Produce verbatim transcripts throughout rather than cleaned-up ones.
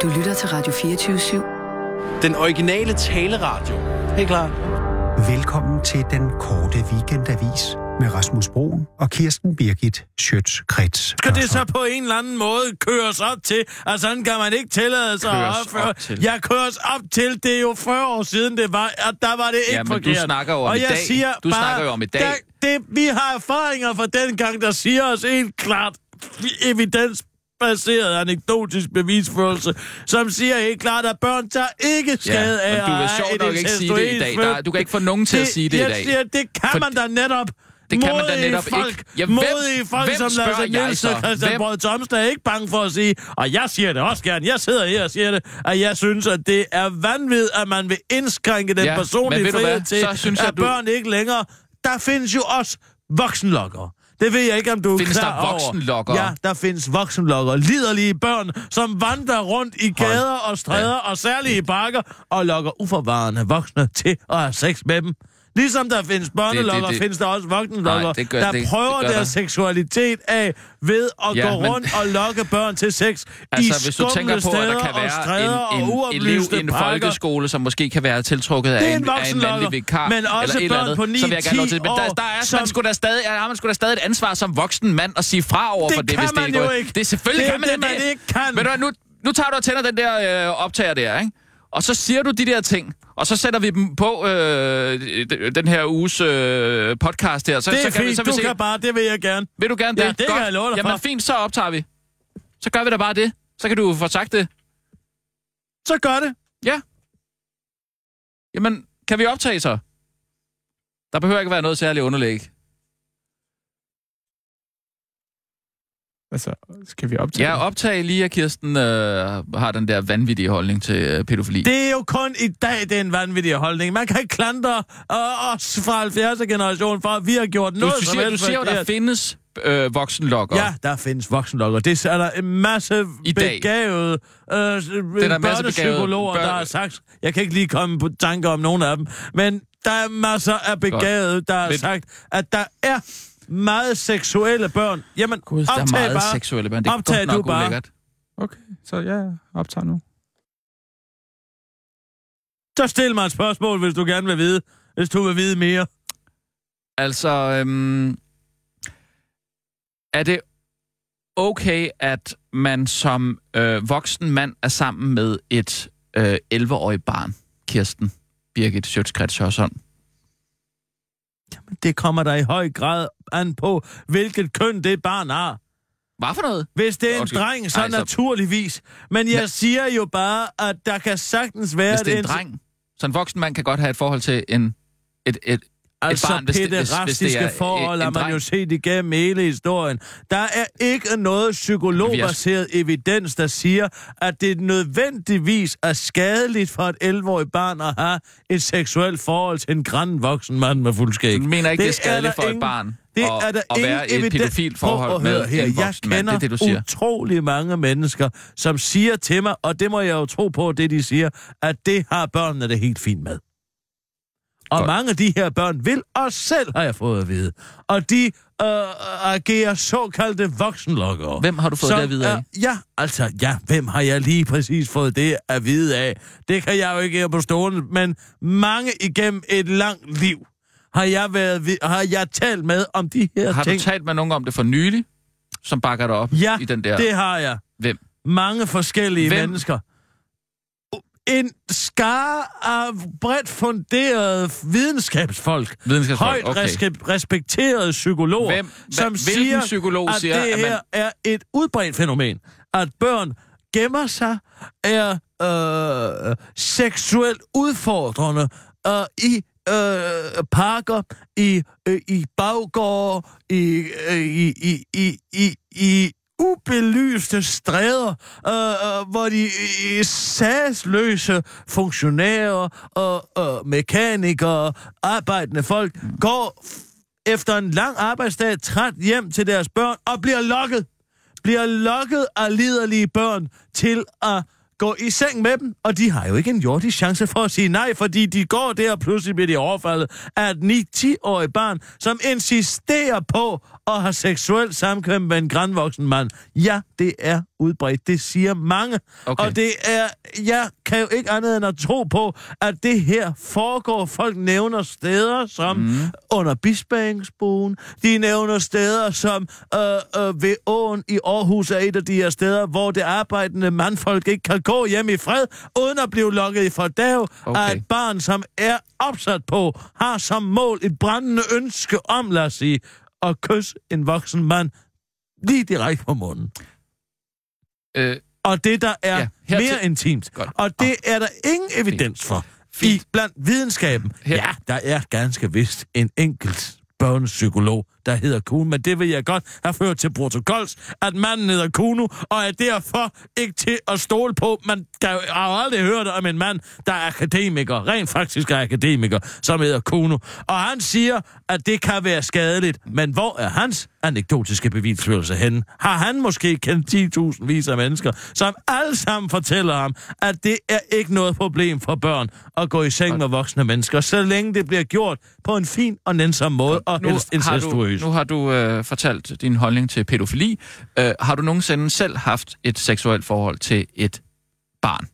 Du lytter til Radio fireogtyve syv. Den originale taleradio. Helt klar. Velkommen til den korte weekendavis med Rasmus Broen og Kirsten Birgit Schøtz-Krets. Skal det så på en eller anden måde køres op til, og sådan kan man ikke tillade sig at opføre? Jeg køres op til, det er jo fyrre år siden det var, og der var det ikke ja, men forkert. du snakker jo om og i jeg dag. Siger du bare, snakker jo om i dag. Der, det, vi har erfaringer fra den gang, der siger os helt klart, evidens baseret anekdotisk bevisførelse, som siger helt klart, at børn tager ikke skade ja, af at du vil sjovt nok ikke sige det i dag. Der, du kan ikke få nogen til det, at sige det i dag. Jeg siger, det kan For, man da netop. Det kan man da netop folk, ikke. Ja, modige folk, hvem som Lasse Nielsen og Christian Borg Thomsen er ikke bange for at sige, og jeg siger det også gerne, jeg sidder her og siger det, at jeg synes, at det er vanvittigt, at man vil indskrænke den ja, personlige frihed til, så synes jeg, at du... børn ikke længere. Der findes jo også voksenlokkere. Det ved jeg ikke, om du findes er klar der voksenlokkere? Ja, der findes voksenlokkere. Liderlige børn, som vandrer rundt i gader og stræder ja. og særlige bakker og lokker uforvarende voksne til at have sex med dem. Ligesom der findes børnelokker, findes der også voksenlokker, der det, prøver det deres seksualitet af ved at ja, gå rundt men... og lokke børn til sex altså, i hvis du tænker på, at der kan være en, en elev i en folkeskole, som måske kan være tiltrukket af en, en, af en mandlig vikar, men også eller et børn eller på andet, ni så vil jeg gerne lov til det. Men der, der er som... man sgu da stadig, har man sgu da stadig et ansvar som voksen mand at sige fra over for det, hvis det ikke går. Det er selvfølgelig kan man det, man ikke kan. Men nu, nu tager du og tænder den der øh, optager der, ikke? Og så siger du de der ting, og så sætter vi dem på øh, den her uges øh, podcast her. Så, det er så kan fint, vi, så vi du se. kan bare, det vil jeg gerne. Vil du gerne det? Ja, det Godt. kan jeg love dig Jamen for. fint, så optager vi. Så gør vi da bare det. Så kan du få sagt det. Så gør det. Ja. Jamen, kan vi optage så? Der behøver ikke være noget særligt underlæg. Altså, skal vi optage? Ja, optage lige, at Kirsten øh, har den der vanvittige holdning til øh, pædofili. Det er jo kun i dag, det er en vanvittig holdning. Man kan ikke klandre øh, os fra halvfjerdser generation for, at vi har gjort noget du, du som siger, helst. Du siger jo, der findes øh, voksenlokker. Ja, der findes voksenlokker. Det er der en masse I begavede øh, børnepsykologer, børn... der har sagt. Jeg kan ikke lige komme på tanker om nogen af dem, men der er masser af begavede, der har men... sagt, at der er meget seksuelle børn. Jamen, Gud, der er meget bare. seksuelle børn. Det er optag godt nok du bare. ulækkert. Okay, så ja, optag nu. Så stil mig et spørgsmål, hvis du gerne vil vide. Hvis du vil vide mere. Altså, øhm, er det okay, at man som øh, voksen mand er sammen med et øh, elleve-årigt barn, Kirsten Birgit Schøtz-Krets Hørsholm? Jamen, det kommer der i høj grad an på, hvilket køn det barn har. Hvad for noget? Hvis det er en Undskyld. dreng, så Ej, så... naturligvis. Men jeg Men... siger jo bare, at der kan sagtens være... Hvis det er en dreng, så en voksen mand kan godt have et forhold til en, et, et, altså et barn, hvis det, hvis, hvis det er forhold, har man dreng. jo set igennem hele historien. Der er ikke noget psykologbaseret har... evidens, der siger, at det nødvendigvis er skadeligt for et elleve-årigt barn at have et seksuelt forhold til en grandvoksen mand med fuldskæg. Du mener ikke, det, det er skadeligt for ingen... et barn Det og, er der at være i et pædofilt forhold med her. en voksen mand? Det er det, du siger. Jeg kender utrolig mange mennesker, som siger til mig, og det må jeg jo tro på, det de siger, at det har børnene det helt fint med. Og Godt. mange af de her børn vil også selv, har jeg fået at vide. Og de øh, agerer såkaldte voksenlokkere. Hvem har du fået det at vide af? Er, ja, altså, ja, hvem har jeg lige præcis fået det at vide af? Det kan jeg jo ikke her på stående, men mange igennem et langt liv har jeg, været, har jeg talt med om de her har ting. Har du talt med nogen om det for nylig, som bakker dig op ja, i den der? det har jeg. Hvem? Mange forskellige Hvem? mennesker. En skare af bredt funderede videnskabsfolk, videnskabsfolk højt okay. res- respekterede psykologer, Hvem? som siger, psykolog at siger, det her man... er et udbredt fænomen, at børn gemmer sig, er øh, seksuelt udfordrende øh, i øh, parker, i, øh, i baggårde, i, øh, i, i, i, i, i ubelyste stræder, øh, øh, hvor de øh, sagsløse funktionærer og øh, mekanikere, arbejdende folk, går efter en lang arbejdsdag træt hjem til deres børn og bliver lokket. Bliver lokket af liderlige børn til at gå i seng med dem, og de har jo ikke en jordisk chance for at sige nej, fordi de går der, og pludselig bliver de overfaldet af et ni-ti-årig barn, som insisterer på at have seksuel samkvem med en grandvoksen mand. Ja, det er udbredt. Det siger mange. Okay. Og det er, jeg kan jo ikke andet end at tro på, at det her foregår. Folk nævner steder som mm. under Bispebjergsbuen. De nævner steder som øh, øh, ved åen i Aarhus er et af de her steder, hvor det arbejdende mandfolk ikke kan gå hjem i fred, uden at blive lukket i fordav okay. af et barn, som er opsat på, har som mål et brændende ønske om, lad os sige, at kysse en voksen mand lige direkte på munden. Øh, og det, der er ja, mere til... intimt. Godt. Og det oh. er der ingen evidens for Fint. i blandt videnskaben. Her. Ja, der er ganske vist en enkelt børnepsykolog, der hedder Kuhn, men det vil jeg godt have ført til protokols, at manden hedder Kuno, og er derfor ikke til at stole på. Man kan jo, har jo aldrig hørt om en mand, der er akademiker, rent faktisk er akademiker, som hedder Kuno. Og han siger, at det kan være skadeligt, men hvor er hans anekdotiske bevisførelse henne? Har han måske kendt ti tusind vis af mennesker, som alle sammen fortæller ham, at det er ikke noget problem for børn at gå i seng med voksne mennesker, så længe det bliver gjort på en fin og nænsom måde, og nu helst incestuøs. Nu har du øh, fortalt din holdning til pædofili. Øh, har du nogensinde selv haft et seksuelt forhold til et barn?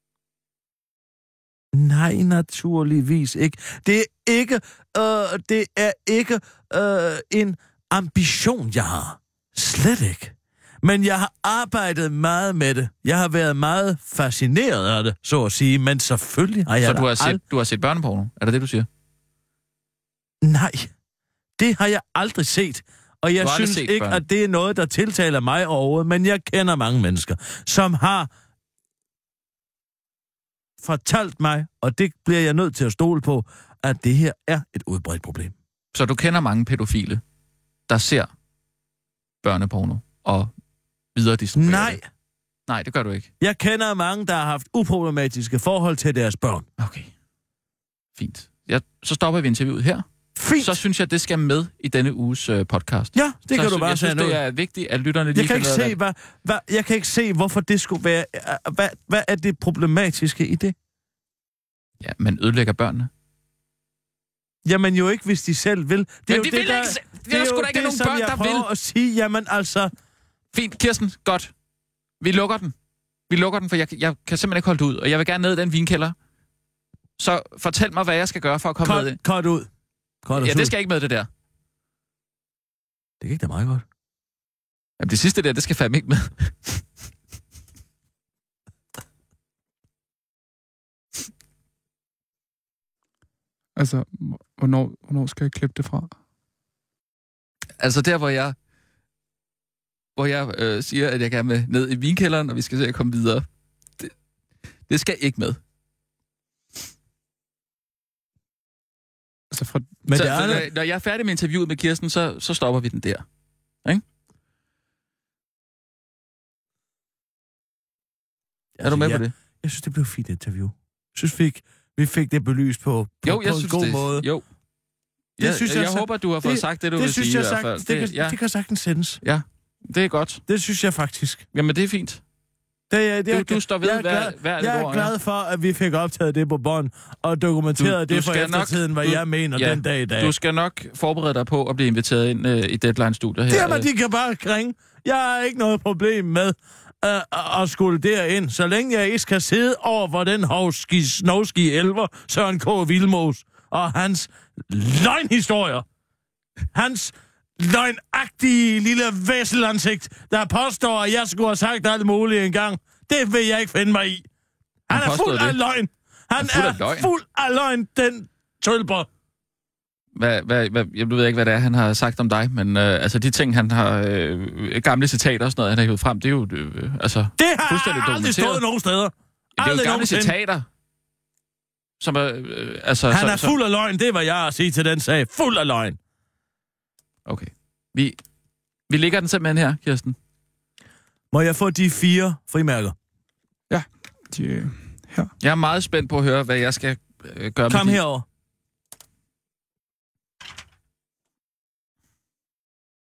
Nej, naturligvis ikke. Det er ikke, øh, det er ikke øh, en ambition, jeg har. Slet ikke. Men jeg har arbejdet meget med det. Jeg har været meget fascineret af det, så at sige. Men selvfølgelig har jeg... Så du har, set, ald- du har set børneporno? Er det det, du siger? Nej. Det har jeg aldrig set. Og jeg synes set ikke, børn. at det er noget, der tiltaler mig overhovedet. Men jeg kender mange mennesker, som har fortalt mig, og det bliver jeg nødt til at stole på, at det her er et udbredt problem. Så du kender mange pædofile, der ser børneporno og videre distribuerer Nej. det? Nej, det gør du ikke. Jeg kender mange, der har haft uproblematiske forhold til deres børn. Okay. Fint. Ja, så stopper vi interviewet her. Fint. Så synes jeg, det skal med i denne uges øh, podcast. Ja, det så kan du bare jeg sige synes, det er vigtigt, at lytterne lige jeg kan ikke finder se, hvad, hvad, jeg kan ikke se, hvorfor det skulle være... Hvad, hvad er det problematiske i det? Ja, man ødelægger børnene. Jamen jo ikke, hvis de selv vil. Det er Men jo de det, vil der, ikke... Det, det er der jo sgu da ikke det, nogen som børn, jeg der prøver vil. at sige, jamen altså... Fint, Kirsten, godt. Vi lukker den. Vi lukker den, for jeg, jeg kan simpelthen ikke holde det ud, og jeg vil gerne ned i den vinkælder. Så fortæl mig, hvad jeg skal gøre for at komme Cut, med det. Cut ud. Cut Ja, det skal ikke med, det der. Det gik da meget godt. Jamen, det sidste der, det skal fandme ikke med. Altså, hvornår, hvornår skal jeg klippe det fra? Altså der, hvor jeg hvor jeg øh, siger, at jeg gerne vil ned i vinkælderen, og vi skal se at komme videre. Det, det skal ikke med. Altså fra... Men så, det er, når, når jeg er færdig med interviewet med Kirsten, så, så stopper vi den der. Ikke? Altså, er du med jeg, på det? Jeg synes, det blev et fint interview. Jeg synes, vi fik, vi fik det belyst på, på, jo, jeg på synes, en god det, måde. Jo, det jeg, synes jeg, jeg, jeg håber, du har fået det, sagt det, du det vil synes sige jeg i hvert fald. Sagt, det, det, kan, ja. det kan sagtens sendes. Ja, det er godt. Det synes jeg faktisk. Jamen, det er fint. Det, det, du, du står ved jeg er glad, hver, hver Jeg er ord, glad ja. for, at vi fik optaget det på bånd og dokumenteret du, du det for eftertiden, hvad du, jeg mener ja, den dag i dag. Du skal nok forberede dig på at blive inviteret ind uh, i Deadline-studiet her. Jamen, de kan bare ringe. Jeg har ikke noget problem med uh, at skulle derind, så længe jeg ikke skal sidde over for den hovski, snovski elver, Søren K. Vilmos og hans løgnhistorier. Hans løgnagtige lille væsselansigt, der påstår, at jeg skulle have sagt alt muligt engang. Det vil jeg ikke finde mig i. Han, Han er fuld af løgn. Han er, fuld, er af løgn. fuld af løgn, den tølper. Hvad, hvad, hvad, jeg ved ikke, hvad det er, han har sagt om dig, men øh, altså de ting, han har, øh, gamle citater og sådan noget, han har hævet frem, det er jo øh, altså det har aldrig stået nogen steder. Ja, det er jo gamle nogensinde. Citater. Som er, øh, altså, han så, er fuld af løgn, det var jeg at sige til den sag. Fuld af løgn. Okay. Vi, vi lægger den simpelthen her, Kirsten. Må jeg få de fire frimærker? Ja, de her. Jeg er meget spændt på at høre, hvad jeg skal øh, gøre Kom med de... herover.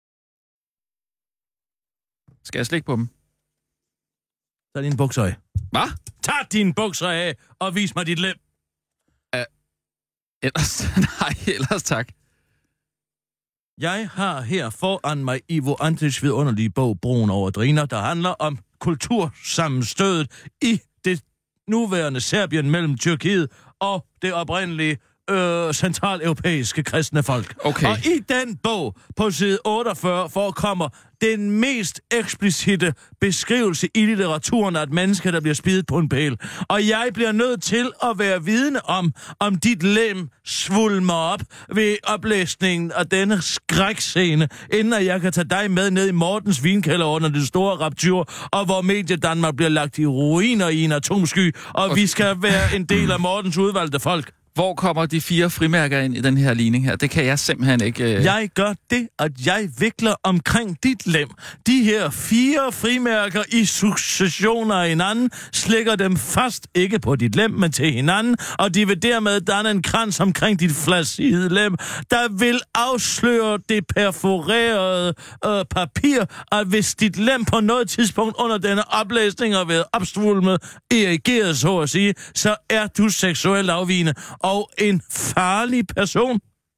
Skal jeg slikke på dem? Så er det en buksøj. Hvad? Tag dine bukser af og vis mig dit lem. Uh, ellers, nej, ellers tak. Jeg har her foran mig Ivo Andrićs vidunderlige bog Broen over Drina, der handler om kultursammenstødet i det nuværende Serbien mellem Tyrkiet og det oprindelige øh, centraleuropæiske kristne folk. Okay. Og i den bog på side otteogfyrre forekommer den mest eksplicite beskrivelse i litteraturen af et menneske, der bliver spidet på en pæl. Og jeg bliver nødt til at være vidne om, om dit lem svulmer op ved oplæsningen af denne skrækscene, inden jeg kan tage dig med ned i Mortens vinkælder under det store raptur, og hvor Medie Danmark bliver lagt i ruiner i en atomsky, og okay. vi skal være en del af Mortens udvalgte folk. Hvor kommer de fire frimærker ind i den her ligning her? Det kan jeg simpelthen ikke... Øh... Jeg gør det, at jeg vikler omkring dit lem. De her fire frimærker i succession af hinanden, slikker dem fast ikke på dit lem, men til hinanden, og de vil dermed danne en krans omkring dit fladside lem, der vil afsløre det perforerede øh, papir, at hvis dit lem på noget tidspunkt under denne oplæsning har været opsvulmet, erigeret så at sige, så er du seksuelt afvigende og en farlig person.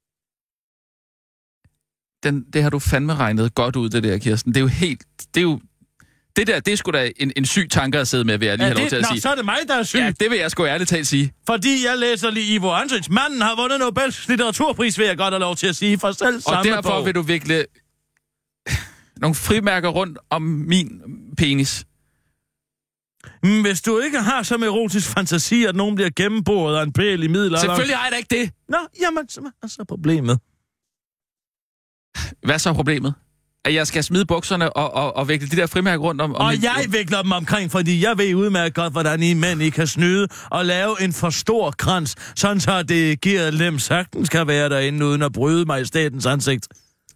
Den, det har du fandme regnet godt ud, det der, Kirsten. Det er jo helt... Det er jo... Det der, det er sgu da en, en syg tanke at sidde med, vil jeg lige ja, have lov det, til at nå, sige. så er det mig, der er syg. Ja, det vil jeg sgu ærligt talt sige. Fordi jeg læser lige Ivo Andrić. Manden har vundet Nobels litteraturpris, vil jeg godt have lov til at sige, for selv samme Og derfor bog. vil du vikle nogle frimærker rundt om min penis. Hvis du ikke har som erotisk fantasi, at nogen bliver gennemboret af en pæl i middelalderen... Selvfølgelig har jeg da ikke det. Nå, jamen, så er så problemet. Hvad er så problemet? At jeg skal smide bukserne og, og, og vikle de der frimærker rundt om... om og mit... jeg vikler dem omkring, fordi jeg ved udmærket godt, hvordan I mænd I kan snyde og lave en for stor krans, sådan så det giver lem sagtens kan være derinde, uden at bryde majestatens ansigt.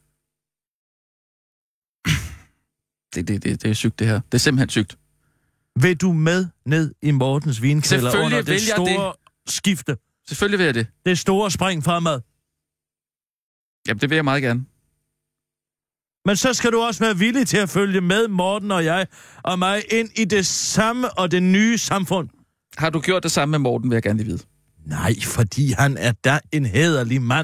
Det, det, det, det er sygt, det her. Det er simpelthen sygt. Vil du med ned i Mortens vinkælder under det store det. skifte? Selvfølgelig vil jeg det. Det store spring fremad. Jamen, det vil jeg meget gerne. Men så skal du også være villig til at følge med Morten og jeg og mig ind i det samme og det nye samfund. Har du gjort det samme med Morten, vil jeg gerne lige vide. Nej, fordi han er da en hæderlig mand.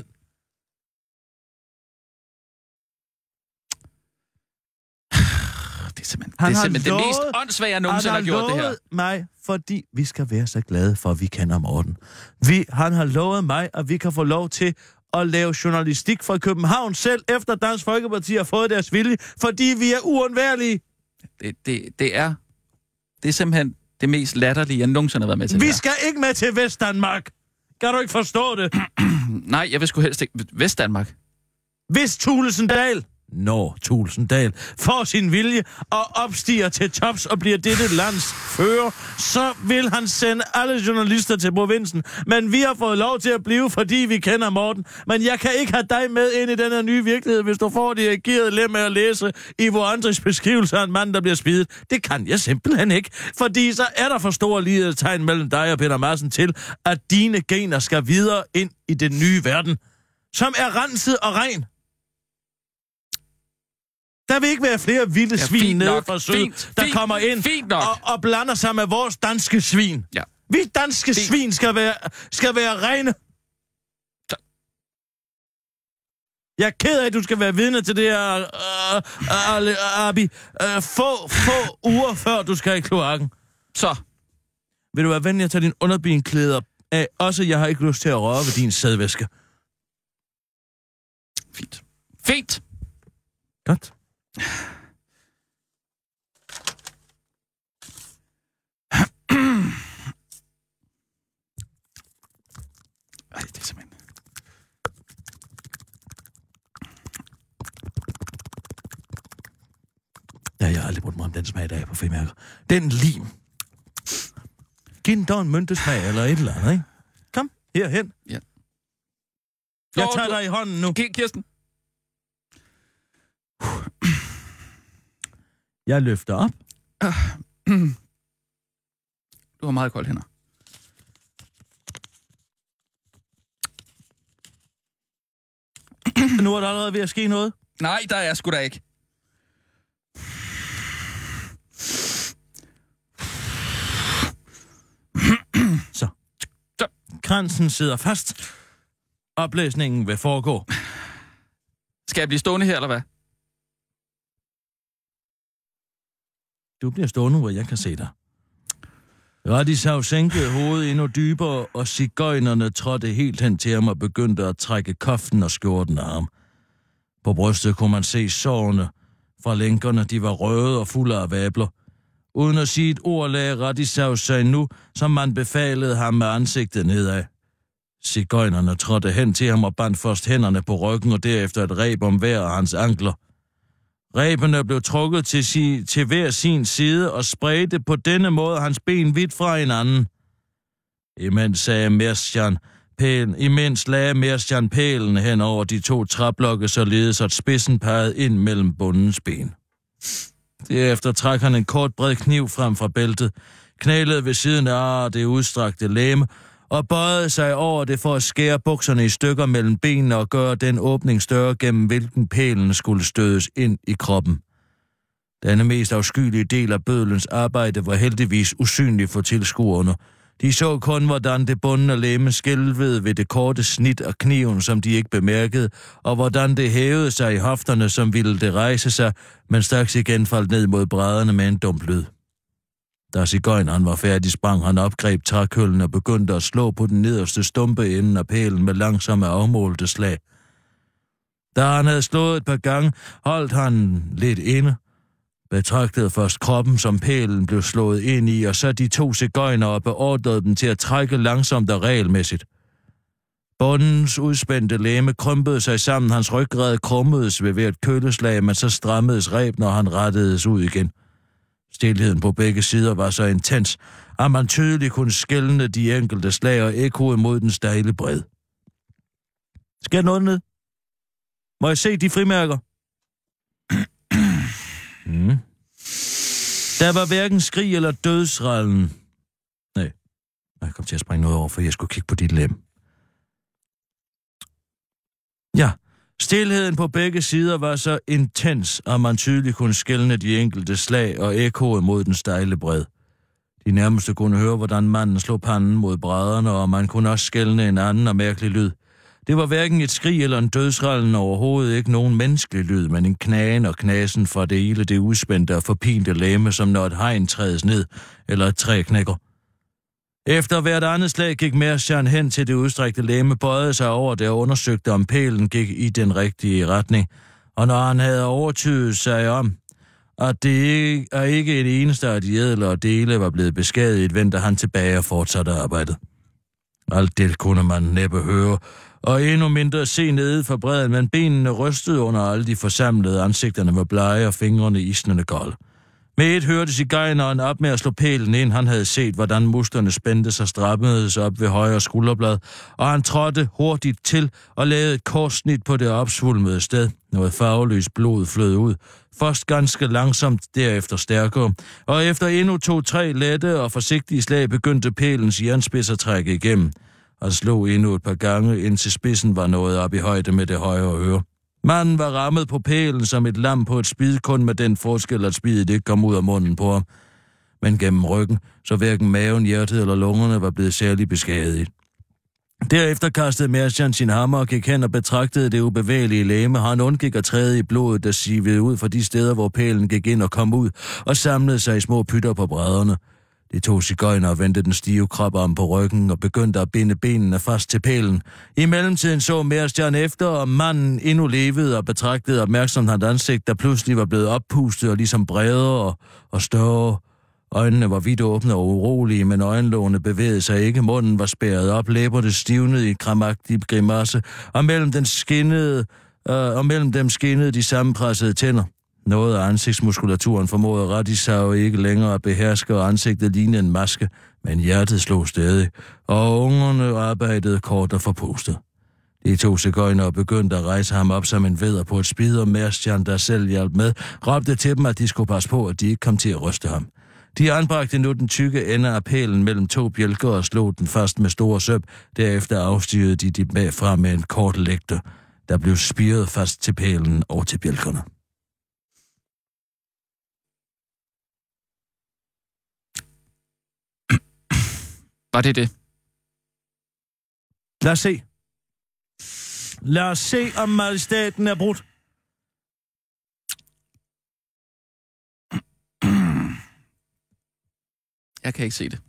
Det er simpelthen, det, er simpelthen lovet, det mest åndssvage, jeg nogensinde har, har gjort det her. Mig, fordi vi skal være så glade for, at vi kender Morten. Vi, han har lovet mig, at vi kan få lov til at lave journalistik fra København selv, efter Dansk Folkeparti har fået deres vilje, fordi vi er uundværlige. Det, det, det er det er simpelthen det mest latterlige, jeg nogensinde har været med til. Vi skal ikke med til Vestdanmark. Kan du ikke forstå det? Nej, jeg vil sgu helst ikke. Vestdanmark? Hvis Thulesendal, når Thulesendal får sin vilje og opstiger til tops og bliver dette lands fører, så vil han sende alle journalister til provinsen. Men vi har fået lov til at blive, fordi vi kender Morten. Men jeg kan ikke have dig med ind i den her nye virkelighed, hvis du får dirigeret lem med at læse Ivo Andrićs beskrivelse af en mand, der bliver spidet. Det kan jeg simpelthen ikke, fordi så er der for store lighedstegn mellem dig og Peter Madsen til, at dine gener skal videre ind i den nye verden, som er renset og ren. Der vil ikke være flere vilde ja, svin nede fra syd, fint, der fint, kommer ind og, og blander sig med vores danske svin. Ja. Vi danske fint. svin skal være, skal være rene. Jeg er ked af, at du skal være vidne til det her, uh, uh, Abi. Uh, få, få uger før du skal i kloakken. Så. Vil du være venlig at tage din underbenklæder af? Også jeg har ikke lyst til at røre ved din sædvæske. Fint. Fint. Godt. Ej, det er simpelthen... Ja, jeg har aldrig brugt mig om den smag, der er på frimærker. Den lim. Giv den dog en myntesmag eller et eller andet, ikke? Kom, herhen. Ja. Jeg tager dig i hånden nu. Kirsten. Jeg løfter op. Du har meget koldt hænder. Nu er der allerede ved at ske noget. Nej, der er sgu da ikke. kransen sidder fast. Oplæsningen vil foregå. Skal jeg blive stående her, eller hvad? Du bliver stående, hvor jeg kan se dig. Radisav sænkede hovedet endnu dybere, og sigøjnerne trådte helt hen til ham og begyndte at trække koften og skjorten af ham. På brystet kunne man se sårene fra lænkerne, de var røde og fulde af vabler. Uden at sige et ord lagde Radisav sig nu, som man befalede ham med ansigtet nedad. Sigøjnerne trådte hen til ham og bandt først hænderne på ryggen og derefter et reb om hver af hans ankler. Rebene blev trukket til, si- til hver sin side og spredte på denne måde hans ben vidt fra hinanden. Imens sagde Merstian pælen, imens lagde Merstian pælen hen over de to træblokke, således at spidsen pegede ind mellem bundens ben. Derefter trak han en kort bred kniv frem fra bæltet, knælede ved siden af det udstrakte læme og bøjede sig over det for at skære bukserne i stykker mellem benene og gøre den åbning større, gennem hvilken pælen skulle stødes ind i kroppen. Denne mest afskyelige del af bødlens arbejde var heldigvis usynlig for tilskuerne. De så kun, hvordan det bundne læme skælvede ved det korte snit af kniven, som de ikke bemærkede, og hvordan det hævede sig i hofterne, som ville det rejse sig, men straks igen faldt ned mod brædderne med en dum lyd. Da sigøjneren var færdig, sprang han op, greb trækøllen og begyndte at slå på den nederste stumpe enden af pælen med langsomme afmålte slag. Da han havde slået et par gange, holdt han lidt inde, betragtede først kroppen, som pælen blev slået ind i, og så de to sigøjnere og beordrede dem til at trække langsomt og regelmæssigt. Bundens udspændte læme krympede sig sammen, hans ryggrad krummedes ved hvert køleslag, men så strammedes reb, når han rettedes ud igen. Stilheden på begge sider var så intens, at man tydeligt kunne skelne de enkelte slag og ekkoede mod den stejle bred. Skal jeg noget ned? Må jeg se de frimærker? mm. Der var hverken skrig eller dødsrallen. Nej, jeg kom til at springe noget over, for jeg skulle kigge på dit lem. Ja. Stilheden på begge sider var så intens, at man tydeligt kunne skelne de enkelte slag og ekkoede mod den stejle bred. De nærmeste kunne høre, hvordan manden slog panden mod brædderne, og man kunne også skelne en anden og mærkelig lyd. Det var hverken et skrig eller en dødsrallen, overhovedet ikke nogen menneskelig lyd, men en knagen og knasen fra det hele det udspændte og forpinte læme, som når et hegn trædes ned, eller et træ knækker. Efter hvert andet slag gik Merstian hen til det udstrakte læme, bøjede sig over det og undersøgte, om pælen gik i den rigtige retning. Og når han havde overtydet sig om, at det ikke, er ikke et eneste af de ædle og dele var blevet beskadiget, vendte han tilbage og fortsatte arbejdet. Alt det kunne man næppe høre, og endnu mindre se nede for bredden, men benene rystede under alle de forsamlede, ansigterne var blege og fingrene isnende kolde. Med et hørte sigøjneren op med at slå pælen ind. Han havde set, hvordan musklerne spændte sig strammedes op ved højre skulderblad, og han trådte hurtigt til og lavede et korssnit på det opsvulmede sted. Noget farveløst blod flød ud. Først ganske langsomt, derefter stærkere, og efter endnu to-tre lette og forsigtige slag begyndte pælens jernspids at trække igennem, og slog endnu et par gange, indtil spidsen var nået op i højde med det højre øre. Manden var rammet på pælen som et lam på et spid, kun med den forskel, at spidet ikke kom ud af munden på ham. Men gennem ryggen, så hverken maven, hjertet eller lungerne var blevet særlig beskadiget. Derefter kastede Merstian sin hammer og gik hen og betragtede det ubevægelige læme. Han undgik at træde i blodet, der sivede ud fra de steder, hvor pælen gik ind og kom ud, og samlede sig i små pytter på brædderne. De to sigøjnere vendte den stive krop om på ryggen og begyndte at binde benene fast til pælen. I mellemtiden så Merstian efter, og manden endnu levede og betragtede opmærksomt hans ansigt, der pludselig var blevet oppustet og ligesom bredere og, og større. Øjnene var vidt åbne og urolige, men øjenlågene bevægede sig ikke. Munden var spærret op, læberne stivnede i et kramagtig grimasse, og mellem, den skinnede, øh, og mellem dem skinnede de sammenpressede tænder. Noget af ansigtsmuskulaturen formåede Radisav ikke længere at beherske, og ansigtet lignede en maske, men hjertet slog stadig, og ungerne arbejdede kort og forpustet. De to sigøjnere begyndte at rejse ham op som en vædder på et spid, og Merstian, der selv hjalp med, råbte til dem, at de skulle passe på, at de ikke kom til at ryste ham. De anbragte nu den tykke ende af pælen mellem to bjælker og slog den fast med store søb. Derefter afstyrede de de bagfra med en kort lægte, der blev spiret fast til pælen og til bjælkerne. Var det det? Lad os se. Lad os se, om majestæten er brudt. Jeg kan ikke se det.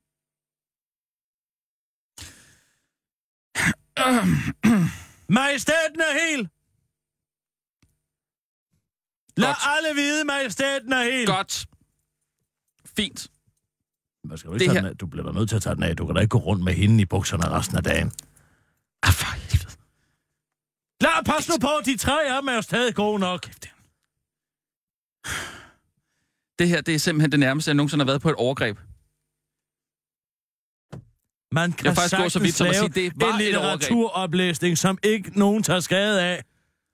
Majestæten er hel! Lad Godt. alle vide, majestæten er hel! Godt. Fint. Hvad skal du ikke tage den af? Du bliver da nødt til at tage den af. Du kan da ikke gå rundt med hende i bukserne resten af dagen. Ah, for helvede. Lad pas nu på, de tre af dem er jo stadig gode nok. Det her, det er simpelthen det nærmeste, jeg nogensinde har været på et overgreb. Man kan jeg faktisk gå så vidt som at sige, det var en litteraturoplæsning, som ikke nogen tager skade af.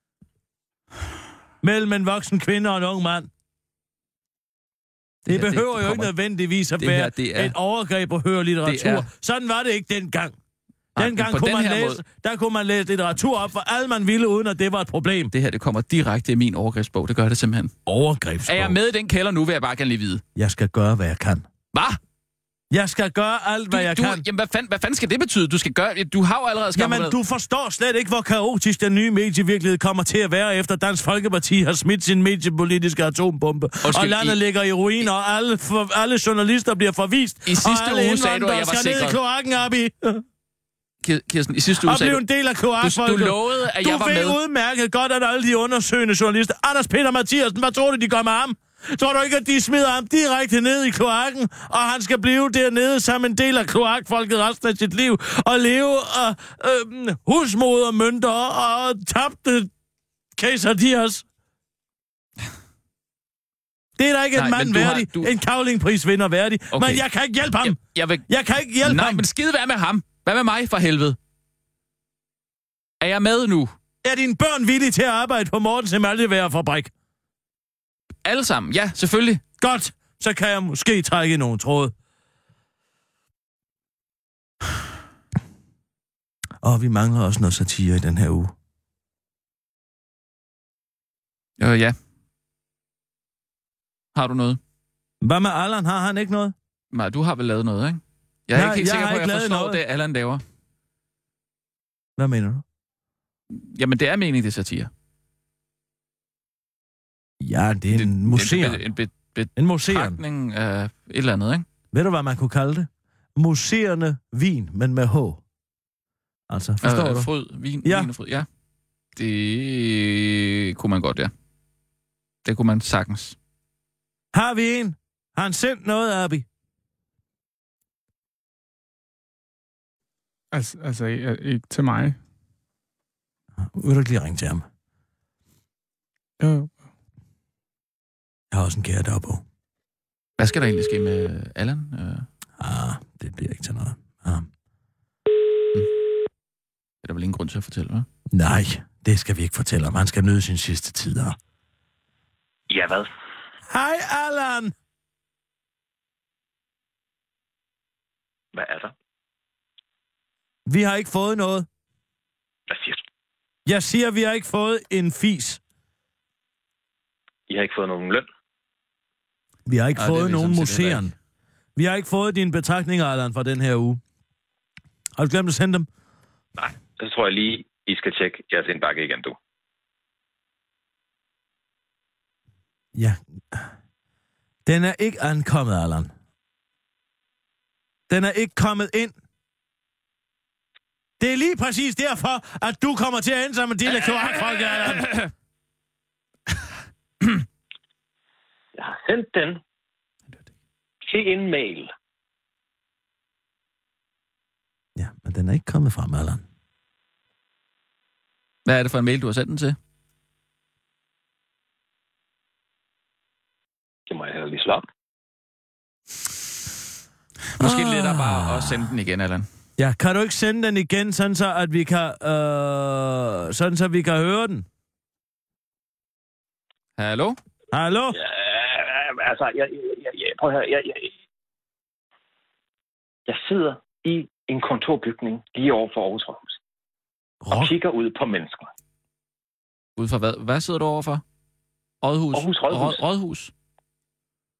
Mellem en voksen kvinde og en ung mand. Det, det her, behøver det, det jo ikke nødvendigvis at være her, er, et overgreb at høre litteratur. Er, Sådan var det ikke dengang. Dengang kunne man læse, måde, der kunne man læse litteratur op for alt man ville, uden at det var et problem. Det her, det kommer direkte i min overgrebsbog. Det gør det simpelthen. Overgrebsbog? Er jeg med i den kælder nu, vil jeg bare gerne lige vide. Jeg skal gøre, hvad jeg kan. Hvad? Jeg skal gøre alt, hvad du, jeg du, kan. Jamen, hvad fanden, hvad fanden skal det betyde? Du skal gøre... Du har jo allerede skabt... Jamen, du forstår slet ikke, hvor kaotisk den nye medievirkelighed kommer til at være, efter Dansk Folkeparti har smidt sin mediepolitiske atombombe. Og, og landet I... ligger i ruiner, og alle, for, alle journalister bliver forvist. I sidste uge sagde du, at jeg var sikker. Og alle indvandrere skal ned i kloakken, Abi. Kirsten, i sidste uge sagde du... Og blev en del af kloakfolket. Du, du lovede, at du jeg var med. Du ved udmærket godt, at alle de undersøgende journalister... Anders Peter Mathiasen, hvad tror du, de gør med ham? Tror du ikke, at de smider ham direkte ned i kloakken, og han skal blive dernede som en del af kloakfolket resten af sit liv, og leve af øh, husmodermønter og tabte quesadillas? Det er da ikke Nej, en mand værdig, har, du... en Cavlingprisvinder værdig, okay. Men jeg kan ikke hjælpe ham. Jeg, jeg, vil... jeg kan ikke hjælpe Nej, ham. Nej, men skide hvad med ham? Hvad med mig, for helvede? Er jeg med nu? Er dine børn villige til at arbejde på Mortens Emaljeværfabrik? Alle sammen, ja, selvfølgelig. Godt, så kan jeg måske trække nogle tråde. Og vi mangler også noget satire i den her uge. Øh, ja. Har du noget? Hvad med Allan? Har han ikke noget? Nej, du har vel lavet noget, ikke? Jeg er Nej, ikke helt jeg sikker på, at jeg forstår noget. det, Allan laver. Hvad mener du? Jamen, det er meningen, det er satire. Ja, det er en museum. En, be, be, en museum. af et eller andet, ikke? Ved du, hvad man kunne kalde det? Museerne vin, men med H. Altså, forstår øh, du? Fryd, vin, ja. vin og fryd, ja. Det kunne man godt, ja. Det kunne man sagtens. Har vi en? Har han sendt noget, Abi? Altså, altså ikke til mig. Vil du ikke lige ringe til ham? Jo. Jeg har også en kære deroppe. Hvad skal der egentlig ske med Allan? Uh... Ah, det bliver ikke til noget. Ah. Mm. Er der vel ingen grund til at fortælle, hva'? Nej, det skal vi ikke fortælle om. Han skal nyde sin sidste tid her. Ja, hvad? Hej, Allan! Hvad er der? Vi har ikke fået noget. Hvad siger du? Jeg siger, vi har ikke fået en fis. I har ikke fået nogen løn? Vi har ikke Ej, fået vi nogen museeren. Vi har ikke fået dine betragtninger, Allan, fra den her uge. Har du glemt at sende dem? Nej, så tror jeg lige, I skal tjekke jeres indbakke igen, du. Ja. Den er ikke ankommet, Allan. Den er ikke kommet ind. Det er lige præcis derfor, at du kommer til at ende som en del af kloakfolket, Allan. Jeg har sendt den til en mail. Ja, men den er ikke kommet frem, Allan. Hvad er det for en mail, du har sendt den til? Det må jeg heller lige slå op. Måske ah. lettere bare at sende den igen, Allan. Ja, kan du ikke sende den igen, sådan så, at vi kan, øh, sådan så vi kan høre den? Hallo? Hallo? Ja, altså, jeg, jeg, jeg, prøv at høre, jeg, jeg, jeg sidder i en kontorbygning lige over for Aarhus Rådhus. Og kigger ud på mennesker. Ud fra hvad? Hvad sidder du overfor? Rådhus? Aarhus Rådhus. Rå- Rådhus.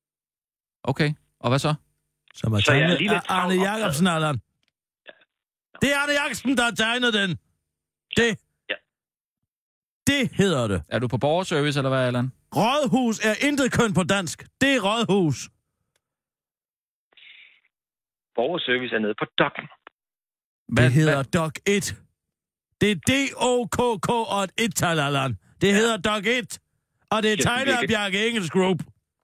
Okay, og hvad så? Som er så jeg er tegnet lige lidt af Arne Jacobsen, Allan. Det er Arne Jacobsen, der har tegnet den. Det. Ja. Det hedder det. Er du på borgerservice, eller hvad, Allan? Rådhus er intet køn på dansk. Det er rådhus. Borgerservice er nede på dokken. Hvad, det hedder Dok et. Det er D O K K og et et-tal, Allan. Det ja. hedder Dok et. Og det er tegnet af Bjarke Engels Group.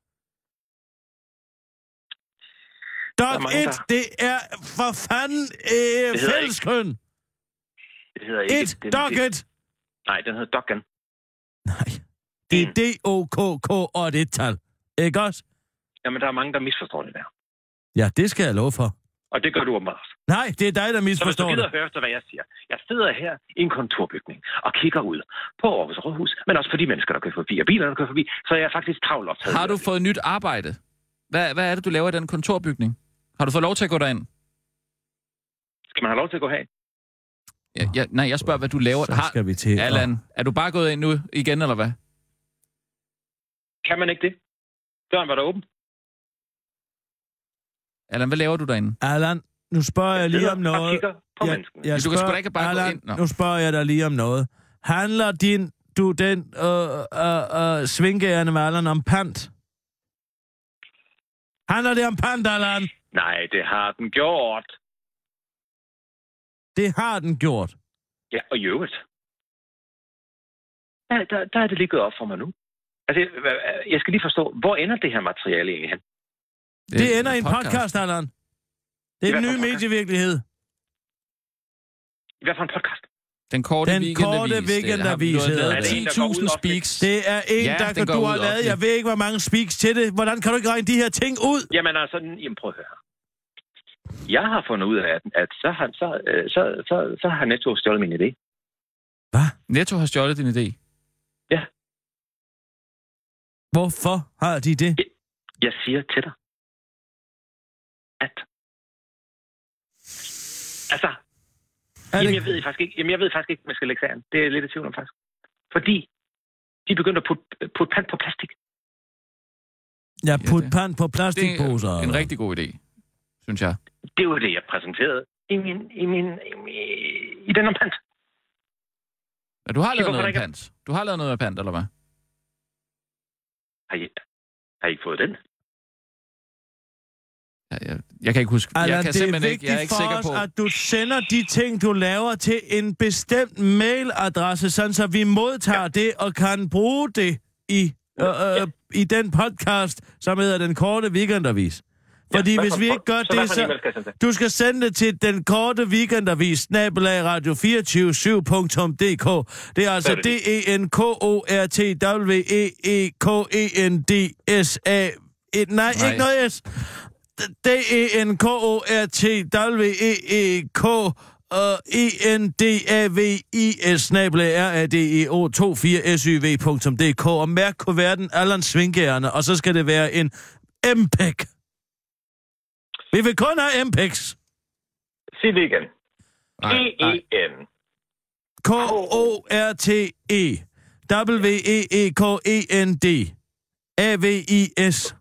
Dok et, det er for fanden øh, fælleskøn. Det hedder ikke... Et, Dok et. Nej, den hedder Dokken. Nej, det er D O K K og et et-tal. Ikke også? Jamen, der er mange, der misforstår det der. Ja, det skal jeg love for. Og det gør du åbenbart. Nej, det er dig, der misforstår det. Så hvis du gider høre efter, hvad jeg siger. Jeg sidder her i en kontorbygning og kigger ud på Aarhus Rådhus, men også for de mennesker, der kører forbi, og biler, der kører forbi, så er jeg faktisk travlt optaget. Har du fået nyt arbejde? Hvad, hvad er det, du laver i den kontorbygning? Har du fået lov til at gå derind? Skal man have lov til at gå hen? Ja, ja, nej, jeg spørger, hvad du laver. Så skal vi til. Allan, er du bare gået ind nu igen, eller hvad? Kan man ikke det? Døren var der åben. Allan, hvad laver du derinde? Allan, nu spørger jeg, jeg lige om noget. På jeg, jeg du kan sgu da ikke bare Allan, gå ind. Nå. Nu spørger jeg dig lige om noget. Handler din, du den øh, øh, øh, svingærende med Allan om pant? Handler det om pant, Allan? Nej, det har den gjort. Det har den gjort. Ja, og i øvrigt. Ja, der, der er det lige gået op for mig nu. Altså, jeg skal lige forstå, hvor ender det her materiale egentlig hen? Det, det ender i en podcast, podcast Allan. Det er en ny medievirkelighed. I hvert fald en podcast. Den korte Den korte weekendavis hedder det. ti tusind speaks. Det er en, ja, der kan, du har lavet. Jeg ved ikke, hvor mange speaks til det. Hvordan kan du ikke regne de her ting ud? Jamen altså, jamen, prøv at høre. Jeg har fundet ud af, at, at så, har, så, så, så, så har Netto stjålet min idé. Hvad? Netto har stjålet din idé? Ja. Hvorfor har de det? Jeg, jeg siger til dig, at... Altså... Jamen, jeg ved faktisk ikke, jamen, jeg ved faktisk ikke, om jeg skal lægge sagen. Det er lidt i tvivl om, faktisk. Fordi de begyndte at putte, putte pant på plastik. Ja, putte pant på plastikposer. Det er en rigtig god idé, synes jeg. Det var det, jeg præsenterede i min... I, min, i, min, i den om pant. Ja, du har lavet noget med pant. Du har lavet noget med pant, eller hvad? Har I, har I ikke fået den? Jeg, jeg, jeg kan ikke huske. Allan, jeg kan simpelthen ikke. Jeg er ikke sikker på. Det er vigtigt for os, at du sender de ting, du laver til en bestemt mailadresse, sådan så vi modtager ja. det og kan bruge det i, øh, øh, i den podcast, som hedder Den Korte Weekendavis. Fordi ja, hvis vi ikke gør så det, så... Du skal sende det til Den Korte Weekendavis, snabel-a radio to fire syv punktum d k. Det er altså D E N K O R T W E E K E N D S A... Nej, Nej, ikke noget S. D E N K O R T W E E K E N D A V I S snabel-a R A D E O to fire S Y V punktum d k. Og mærk kuverten Allan Svingærende, og så skal det være en M P E G. Vi vil kun have M P E Gs. Sig det igen. E E N K O R T E W E E K E N D A V I S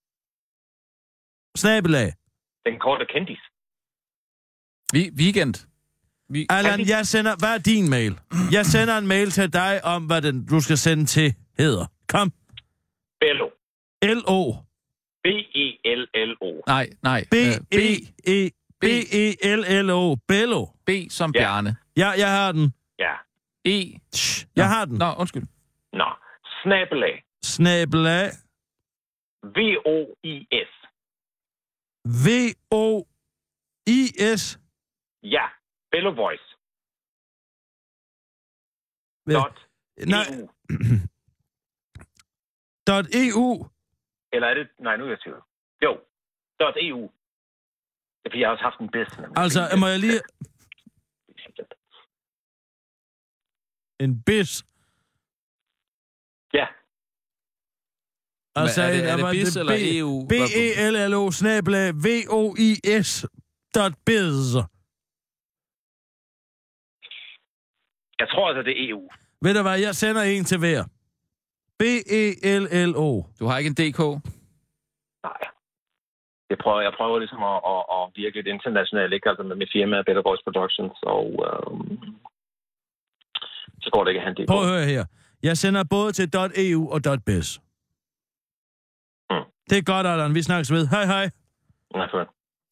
snabelag. Den korte kendis. Vi, weekend. Vi... Allan, jeg sender... Hvad er din mail? Jeg sender en mail til dig om, hvad den, du skal sende til hedder. Kom. Bello. L O B E L L O. Nej, nej. B E E B E L L O. Bello. B som Bjarne. Ja, jeg har den. Ja. E. Jeg har den. Nå, undskyld. Nå, snabelag. Snabelag. V O I S. V O I S. Ja, Bello Voice. Dot Nej. E U. Dot E U. Eller er det... Nej, nu er jeg tvivl. Jo. Dot E U. Det er fordi, jeg har også haft en business. Altså, må jeg lige... En bis. Ja. Altså, er det, er det bis eller E U? B E L L O snabla V O I S dot biz. Jeg tror altså, det er E U. Ved du hvad, jeg sender en til hver. B E L L O. Du har ikke en D K? Nej. jeg prøver, jeg prøver ligesom at, at, at virke lidt internationalt, ikke? Altså med mit firma, Better Voice Productions, og øhm, så går det ikke hen. Prøv at høre her. Jeg sender både til .eu og .biz. Mm. Det er godt, Allan. Vi snakkes ved. Hej, hej. Ja, for.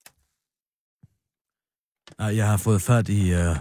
Ej, jeg har fået fat i uh...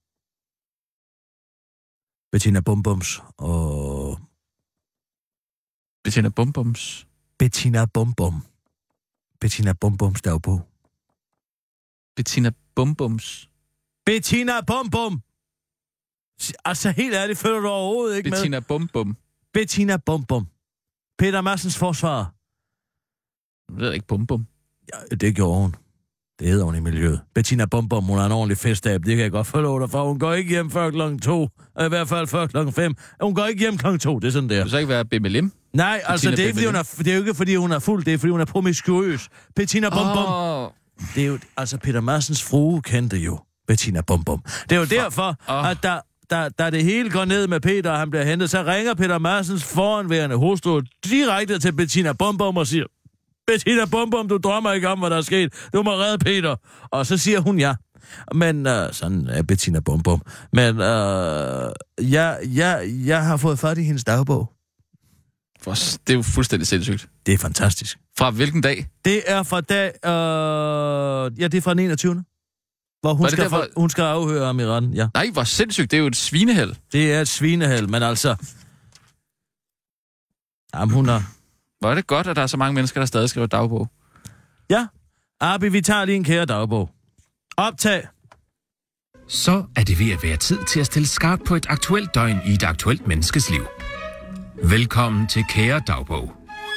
Bettina Bumbums og... Bettina Bumbums? Bettina Bumbum. Bettina Bumbums dagbog. Bettina Bumbums? Bettina Bumbum! Altså, helt ærligt, følger du overhovedet ikke Bettina med? Bettina Bumbum. Bettina Bumbum. Peter Madsens forsvar. Jeg ved ikke, Bumbum. Ja, det gjorde hun. Det hedder hun i miljøet. Bettina Bumbum, hun er en ordentlig festab. Det kan jeg godt forlove dig for. Hun går ikke hjem før klokken to. I hvert fald før klokken fem. Hun går ikke hjem klokken to. Det er sådan der. Du så ikke være B M L M? Nej, altså det er, ikke, fordi hun er, det er jo ikke, fordi hun er fuld. Det er, fordi hun er promiskuøs. Bettina Bumbum. Oh. Det er jo... Altså, Peter Madsens frue kendte jo Bettina Bumbum. Det er jo derfor, oh. at der... Da, da det hele går ned med Peter, og han bliver hentet, så ringer Peter Madsens foranværende hustru direkte til Bettina Bumbum og siger, Bettina Bumbum, du drømmer ikke om, hvad der er sket. Du må redde Peter. Og så siger hun ja. Men, øh, sådan er Bettina Bumbum. Men, øh, jeg, jeg, jeg har fået fat i hendes dagbog. Det er jo fuldstændig sindssygt. Det er fantastisk. Fra hvilken dag? Det er fra dag, øh, ja, det er fra den enogtyvende Hvor hun skal, derfor... hun skal afhøre ham i retten, ja. Nej, hvor sindssygt. Det er jo et svinehæld. Det er et svinehæld, men altså... Jamen, hun har... Hvor er det godt, at der er så mange mennesker, der stadig skriver dagbog. Ja. Abi, vi tager lige en kære dagbog. Optag. Så er det ved at være tid til at stille skarpt på et aktuelt døgn i et aktuelt menneskes liv. Velkommen til Kære Dagbog.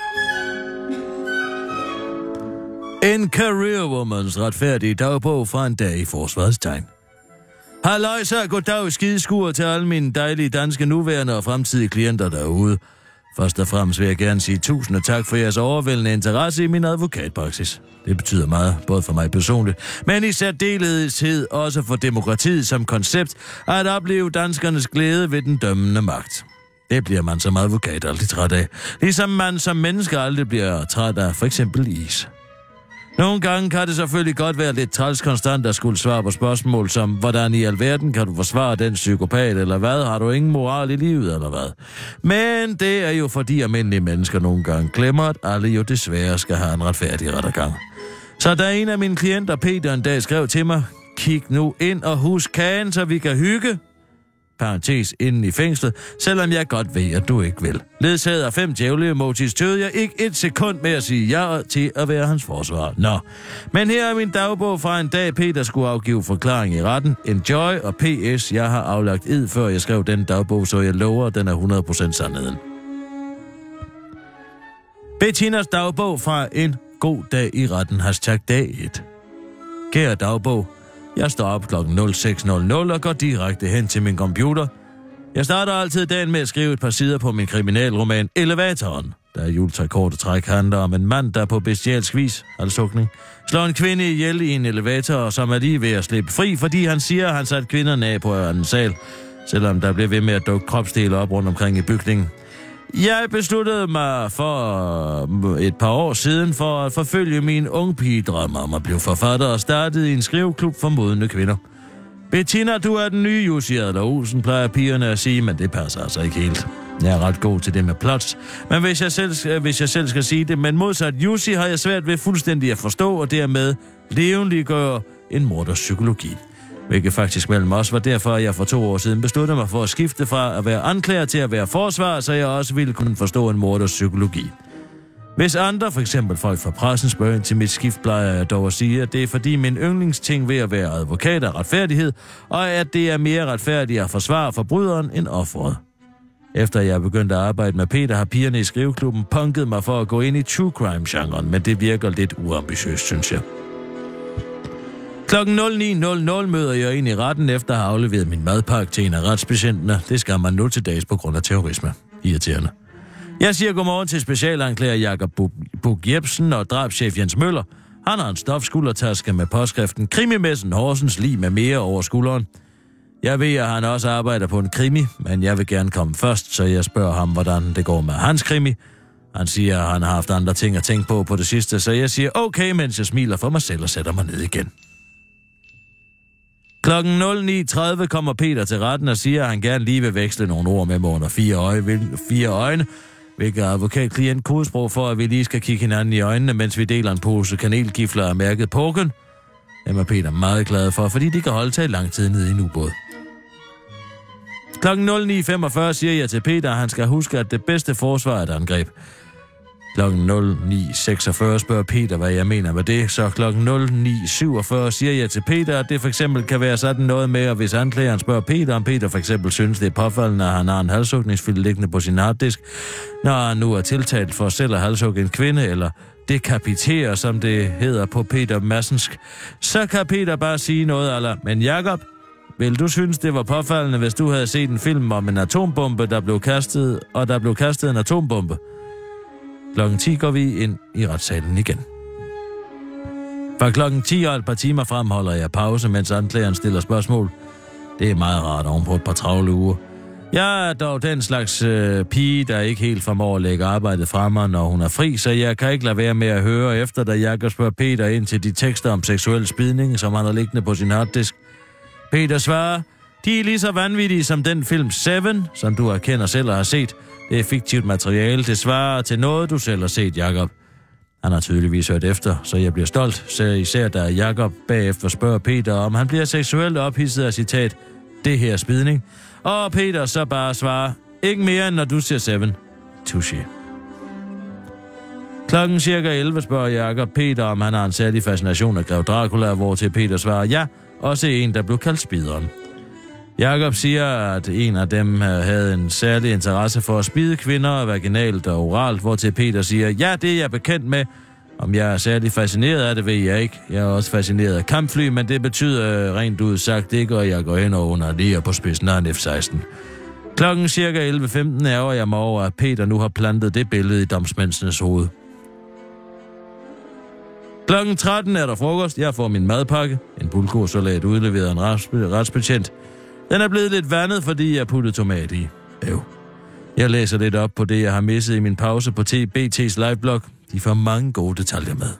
En careerwomans retfærdige dagbog fra en dag i forsvarets tegn. Halløj, så goddag skideskuer til alle mine dejlige danske nuværende og fremtidige klienter derude. Først og fremmest vil jeg gerne sige tusind tak for jeres overvældende interesse i min advokatpraksis. Det betyder meget, både for mig personligt, men i særdeleshed også for demokratiet som koncept, at opleve danskernes glæde ved den dømmende magt. Det bliver man som advokat aldrig træt af, ligesom man som menneske aldrig bliver træt af for eksempel is. Nogle gange kan det selvfølgelig godt være lidt træls konstant at skulle svare på spørgsmål som, hvordan i alverden kan du forsvare den psykopat, eller hvad, har du ingen moral i livet, eller hvad? Men det er jo fordi almindelige mennesker nogle gange glemmer, at alle jo desværre skal have en retfærdig rettergang. Så da en af mine klienter, Peter, en dag skrev til mig, kig nu ind og husk kagen, så vi kan hygge, parentes inden i fængslet, selvom jeg godt ved, at du ikke vil. Ledsaget af fem djævle emojis tøvede jeg ikke et sekund med at sige ja til at være hans forsvar. Nå, men her er min dagbog fra en dag, Peter skulle afgive forklaring i retten. Enjoy og P S, jeg har aflagt ed, før jeg skrev den dagbog, så jeg lover, at den er hundrede procent sandheden. Bettinas dagbog fra en god dag i retten, hashtag dag et. Kære dagbog, jeg står op klokken nul seks nul nul og går direkte hen til min computer. Jeg starter altid dagen med at skrive et par sider på min kriminalroman Elevatoren, der i juletrækort og træk handler om en mand, der på bestialsk vis, halshugning, slår en kvinde ihjel i en elevator, som er lige ved at slippe fri, fordi han siger, at han satte kvinderne af på anden sal, selvom der bliver ved med at dukke kropsdele op rundt omkring i bygningen. Jeg besluttede mig for et par år siden for at forfølge min ungpigedrømme om at blive forfatter og startede i en skriveklub for modne kvinder. Bettina, du er den nye Jussi Adler-Olsen, plejer pigerne at sige, men det passer altså ikke helt. Jeg er ret god til det med plots, men hvis jeg selv, hvis jeg selv skal sige det, men modsat Jussi har jeg svært ved fuldstændig at forstå og dermed levendeliggøre en morders psykologi. Hvilket faktisk mellem os var derfor, at jeg for to år siden besluttede mig for at skifte fra at være anklager til at være forsvar, så jeg også ville kunne forstå en morders psykologi. Hvis andre, for eksempel folk fra pressen, spørger ind til mit skift, plejer jeg dog at sige, at det er fordi min yndlingsting ved at være advokat er retfærdighed, og at det er mere retfærdigt at forsvare forbryderen end offeret. Efter jeg begyndte at arbejde med Peter, har pigerne i skriveklubben punket mig for at gå ind i true crime-genren, men det virker lidt uambitiøst, synes jeg. Klokken nul ni nul nul møder jeg ind i retten efter at have afleveret min madpakke til en af retsbetjentene. Det skal man nu til dags på grund af terrorisme. Irriterende. Jeg siger godmorgen til specialanklager Jakob Bug Jebsen og drabschef Jens Møller. Han har en stofskuldertaske med påskriften Krimimessen Horsens lige med mere over skulderen. Jeg ved, at han også arbejder på en krimi, men jeg vil gerne komme først, så jeg spørger ham, hvordan det går med hans krimi. Han siger, at han har haft andre ting at tænke på på det sidste, så jeg siger okay, mens jeg smiler for mig selv og sætter mig ned igen. Klokken nul ni tredive kommer Peter til retten og siger, at han gerne lige vil veksle nogle ord med mig under fire, øje, fire øjne, hvilket er advokat-klient kodesprog for, at vi lige skal kigge hinanden i øjnene, mens vi deler en pose kanelgifler af mærket Pokken. Dem er Peter meget glad for, fordi de kan holde til lang tid nede i en ubåd. Klokken nul ni femogfyrre siger jeg til Peter, at han skal huske, at det bedste forsvar er et angreb. Klokken nul ni seksogfyrre spørger Peter, hvad jeg mener med det, så klokken nul ni syvogfyrre siger jeg til Peter, at det for eksempel kan være sådan noget med, at hvis anklageren spørger Peter, om Peter for eksempel synes, det er påfaldende, at han har en halshugningsfilm liggende på sin harddisk, når han nu er tiltalt for selv at halshugge en kvinde, eller dekapitere, som det hedder på Peter Madsensk, så kan Peter bare sige noget, eller, men Jakob, vil du synes, det var påfaldende, hvis du havde set en film om en atombombe, der blev kastet, og der blev kastet en atombombe? Klokken ti går vi ind i retssalen igen. Fra klokken ti og et par timer frem holder jeg pause, mens anklageren stiller spørgsmål. Det er meget rart oven på et par travle uger. Jeg er dog den slags øh, pige, der ikke helt formår at lægge arbejdet fra mig, når hun er fri, så jeg kan ikke lade være med at høre efter, da Jakob spørger Peter ind til de tekster om seksuel spidning, som han har liggende på sin harddisk. Peter svarer, de er lige så vanvittige som den film Seven, som du erkender selv og har set. Det er fiktivt materiale, det svarer til noget, du selv har set, Jakob. Han har tydeligvis hørt efter, så jeg bliver stolt, så især da Jakob bagefter spørger Peter, om han bliver seksuelt ophidset af citat, det her spidning. Og Peter så bare svarer, ikke mere end når du siger Seven. Touché. Klokken cirka elleve spørger Jakob Peter, om han har en særlig fascination af Grev Dracula, hvor til Peter svarer, ja, også en, der blev kaldt spideren. Jakob siger, at en af dem havde en særlig interesse for at spide kvinder vaginalt og oralt, hvor til Peter siger, ja, det er jeg bekendt med. Om jeg er særlig fascineret af det, ved jeg ikke. Jeg er også fascineret af kampfly, men det betyder rent ud sagt ikke, og jeg går hen og under lige på spidsen af en F seksten. Klokken cirka elleve femten ærger jeg mig over, at Peter nu har plantet det billede i domsmændenes hoved. Klokken tretten er der frokost. Jeg får min madpakke. En bulgursalat udleveret af en retsbetjent. Den er blevet lidt vandet, fordi jeg puttede tomat i. Øv. Jeg læser lidt op på det, jeg har misset i min pause på B T's liveblog. De får mange gode detaljer med.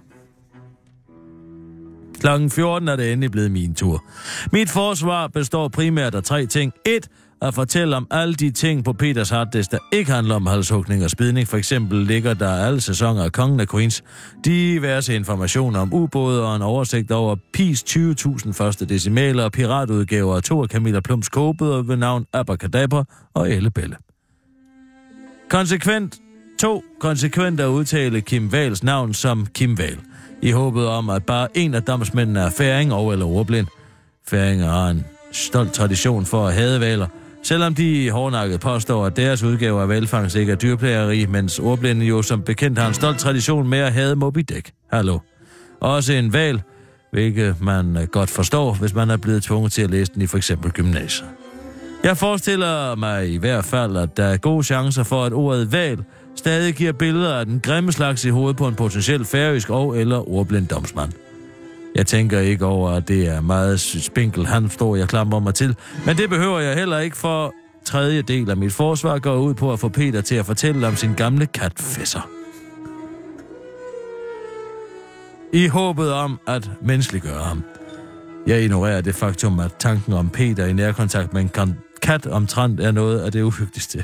Klokken fjorten er det endelig blevet min tur. Mit forsvar består primært af tre ting. et. At fortælle om alle de ting på Peters harddisk, der ikke handler om halshugning og spidning. For eksempel ligger der alle sæsoner af Kongen af Queens, diverse informationer om ubåde og en oversigt over Pis tyve tusind første decimaler og piratudgaver af to af Camilla Plums kogebøger ved navn Abracadabra og Ellebelle. Konsekvent to. Konsekvent at udtale Kim Wahls navn som Kim Wahl, i håbet om, at bare en af domsmændene er færing og eller ordblind. Færinger har en stolt tradition for at hade hvaler, selvom de hårdnakket påstår, at deres udgave af hvalfangst ikke er dyrplageri, mens ordblinde jo som bekendt har en stolt tradition med at hade Moby Dick. Hallo. Også en hval, hvilket man godt forstår, hvis man er blevet tvunget til at læse den i for eksempel gymnasiet. Jeg forestiller mig i hvert fald, at der er gode chancer for, at ordet hval stadig giver billeder af den grimme slags i hovedet på en potentiel færøsk og eller ordblind domsmand. Jeg tænker ikke over, at det er meget spinkel handstår, jeg klamrer mig til, men det behøver jeg heller ikke, for tredje del af mit forsvar går ud på at få Peter til at fortælle om sin gamle kat Fesser. I håbet om at menneskeliggøre ham. Jeg ignorerer det faktum, at tanken om Peter i nærkontakt med en kat omtrent er noget af det uhyggeligste.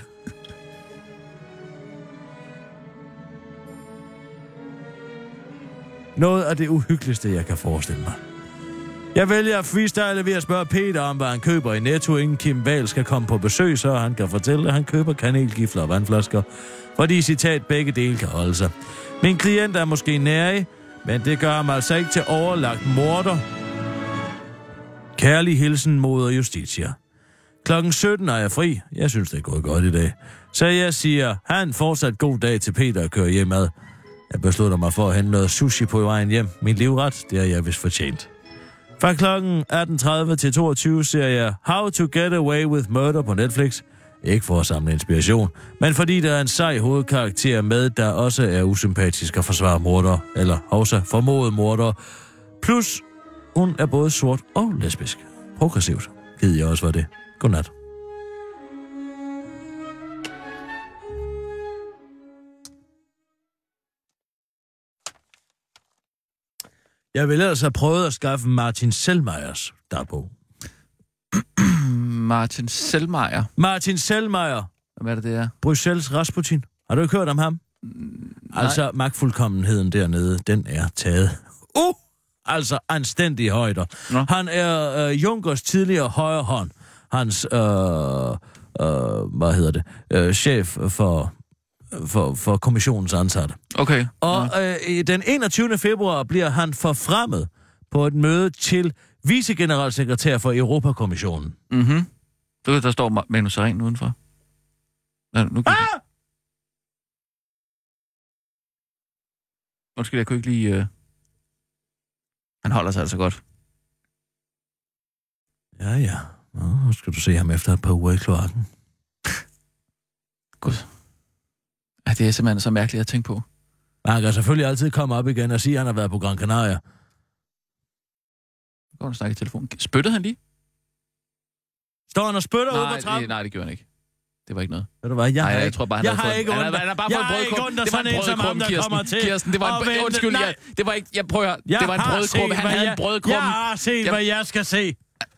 Noget af det uhyggeligste, jeg kan forestille mig. Jeg vælger at freestyle ved at spørge Peter om, hvad han køber i Netto, inden Kim Wahl skal komme på besøg, så han kan fortælle, at han køber kanelgifler og vandflasker, fordi citat begge dele kan holde sig. Min klient er måske nærig, men det gør ham altså ikke til overlagt morder. Kærlig hilsen, moder Justitia. Klokken sytten er jeg fri. Jeg synes, det er gået godt i dag. Så jeg siger, ha' en fortsat god dag til Peter og køre hjemad. Jeg beslutter mig for at hente noget sushi på vejen hjem. Min livret, det er jeg vist fortjent. Fra klokken atten tredive til toogtyve ser jeg How to Get Away with Murder på Netflix. Ikke for at samle inspiration, men fordi der er en sej hovedkarakter med, der også er usympatisk at forsvare morder, eller hovsa, formodet morder. Plus, hun er både sort og lesbisk. Progressivt. Gider jeg også var det. Godnat. Jeg ville ellers have prøvet at skaffe Martin Selmayrs dagbog. Martin Selmayr. Martin Selmayr. Hvad er det, det er? Bruxelles Rasputin. Har du ikke hørt om ham? Mm, altså, magtfuldkommenheden dernede, den er taget. Uh! Altså, anstændige højder. Nå. Han er øh, Junckers tidligere højre hånd. Hans, øh, øh, hvad hedder det, øh, chef for, for, for kommissionens ansatte. Okay. Og øh, den enogtyvende februar bliver han forfremmet på et møde til vicegeneralsekretær for Europakommissionen. Mhm. Du, der står Manu Sareen udenfor. Ja, nu kan ah! Undskyld, jeg kunne ikke lige... Uh... Han holder sig altså godt. Ja, ja. Nå, skal du se ham efter et par uger i kloakken. Gud. Ja, det er simpelthen så mærkeligt at tænke på. Han kan selvfølgelig altid komme op igen og sige, at han har været på Gran Canaria. Går han snakke i telefonen? Spyttede han lige? Står han og spytter nej, ude på trappen? Det, nej, det gjorde han ikke. Det var ikke noget. Ved du hvad, jeg nej, har jeg ikke... tror bare, han jeg havde har fået... ikke Han, han har bare fået en brødkrumme. Det var en brødkrumme, Kirsten. Til. Kirsten, det var en... Vente, Undskyld, jeg, det var ikke... Jeg prøver at... Det var en brødkrumme. Han havde en brødkrumme. Jeg har set, hvad jeg skal se.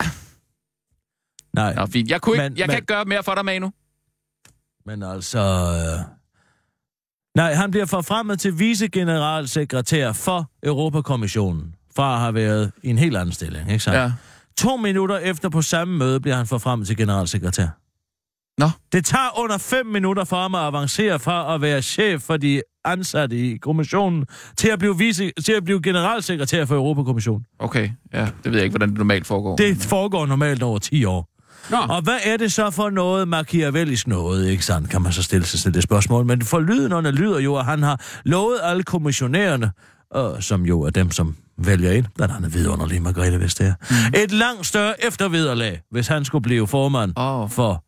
Nej. Nå, fint. Jeg, kunne men, ikke, jeg men, kan ikke gøre mere for dig, Manu. Men altså... Øh... Nej, han bliver forfremmet til vicegeneralsekretær for Europakommissionen. Fra at have været i en helt anden stilling, ikke sandt? Ja. To minutter efter på samme møde bliver han forfremmet til generalsekretær. Nå. Det tager under fem minutter for ham at avancere fra at være chef for de ansatte i kommissionen til at blive, vice, til at blive generalsekretær for Europakommissionen. Okay, ja. Det ved jeg ikke, hvordan det normalt foregår. Det foregår normalt over ti år. Nå. Og hvad er det så for noget machiavellisk noget, ikke sandt? Kan man så stille sig til det spørgsmål. Men for lydende lyder jo, at han har lovet alle kommissionærerne, øh, som jo er dem, som vælger ind, blandt andet vidunderlige Margrethe Vestager, mm. et langt større eftervederlag, hvis han skulle blive formand oh. for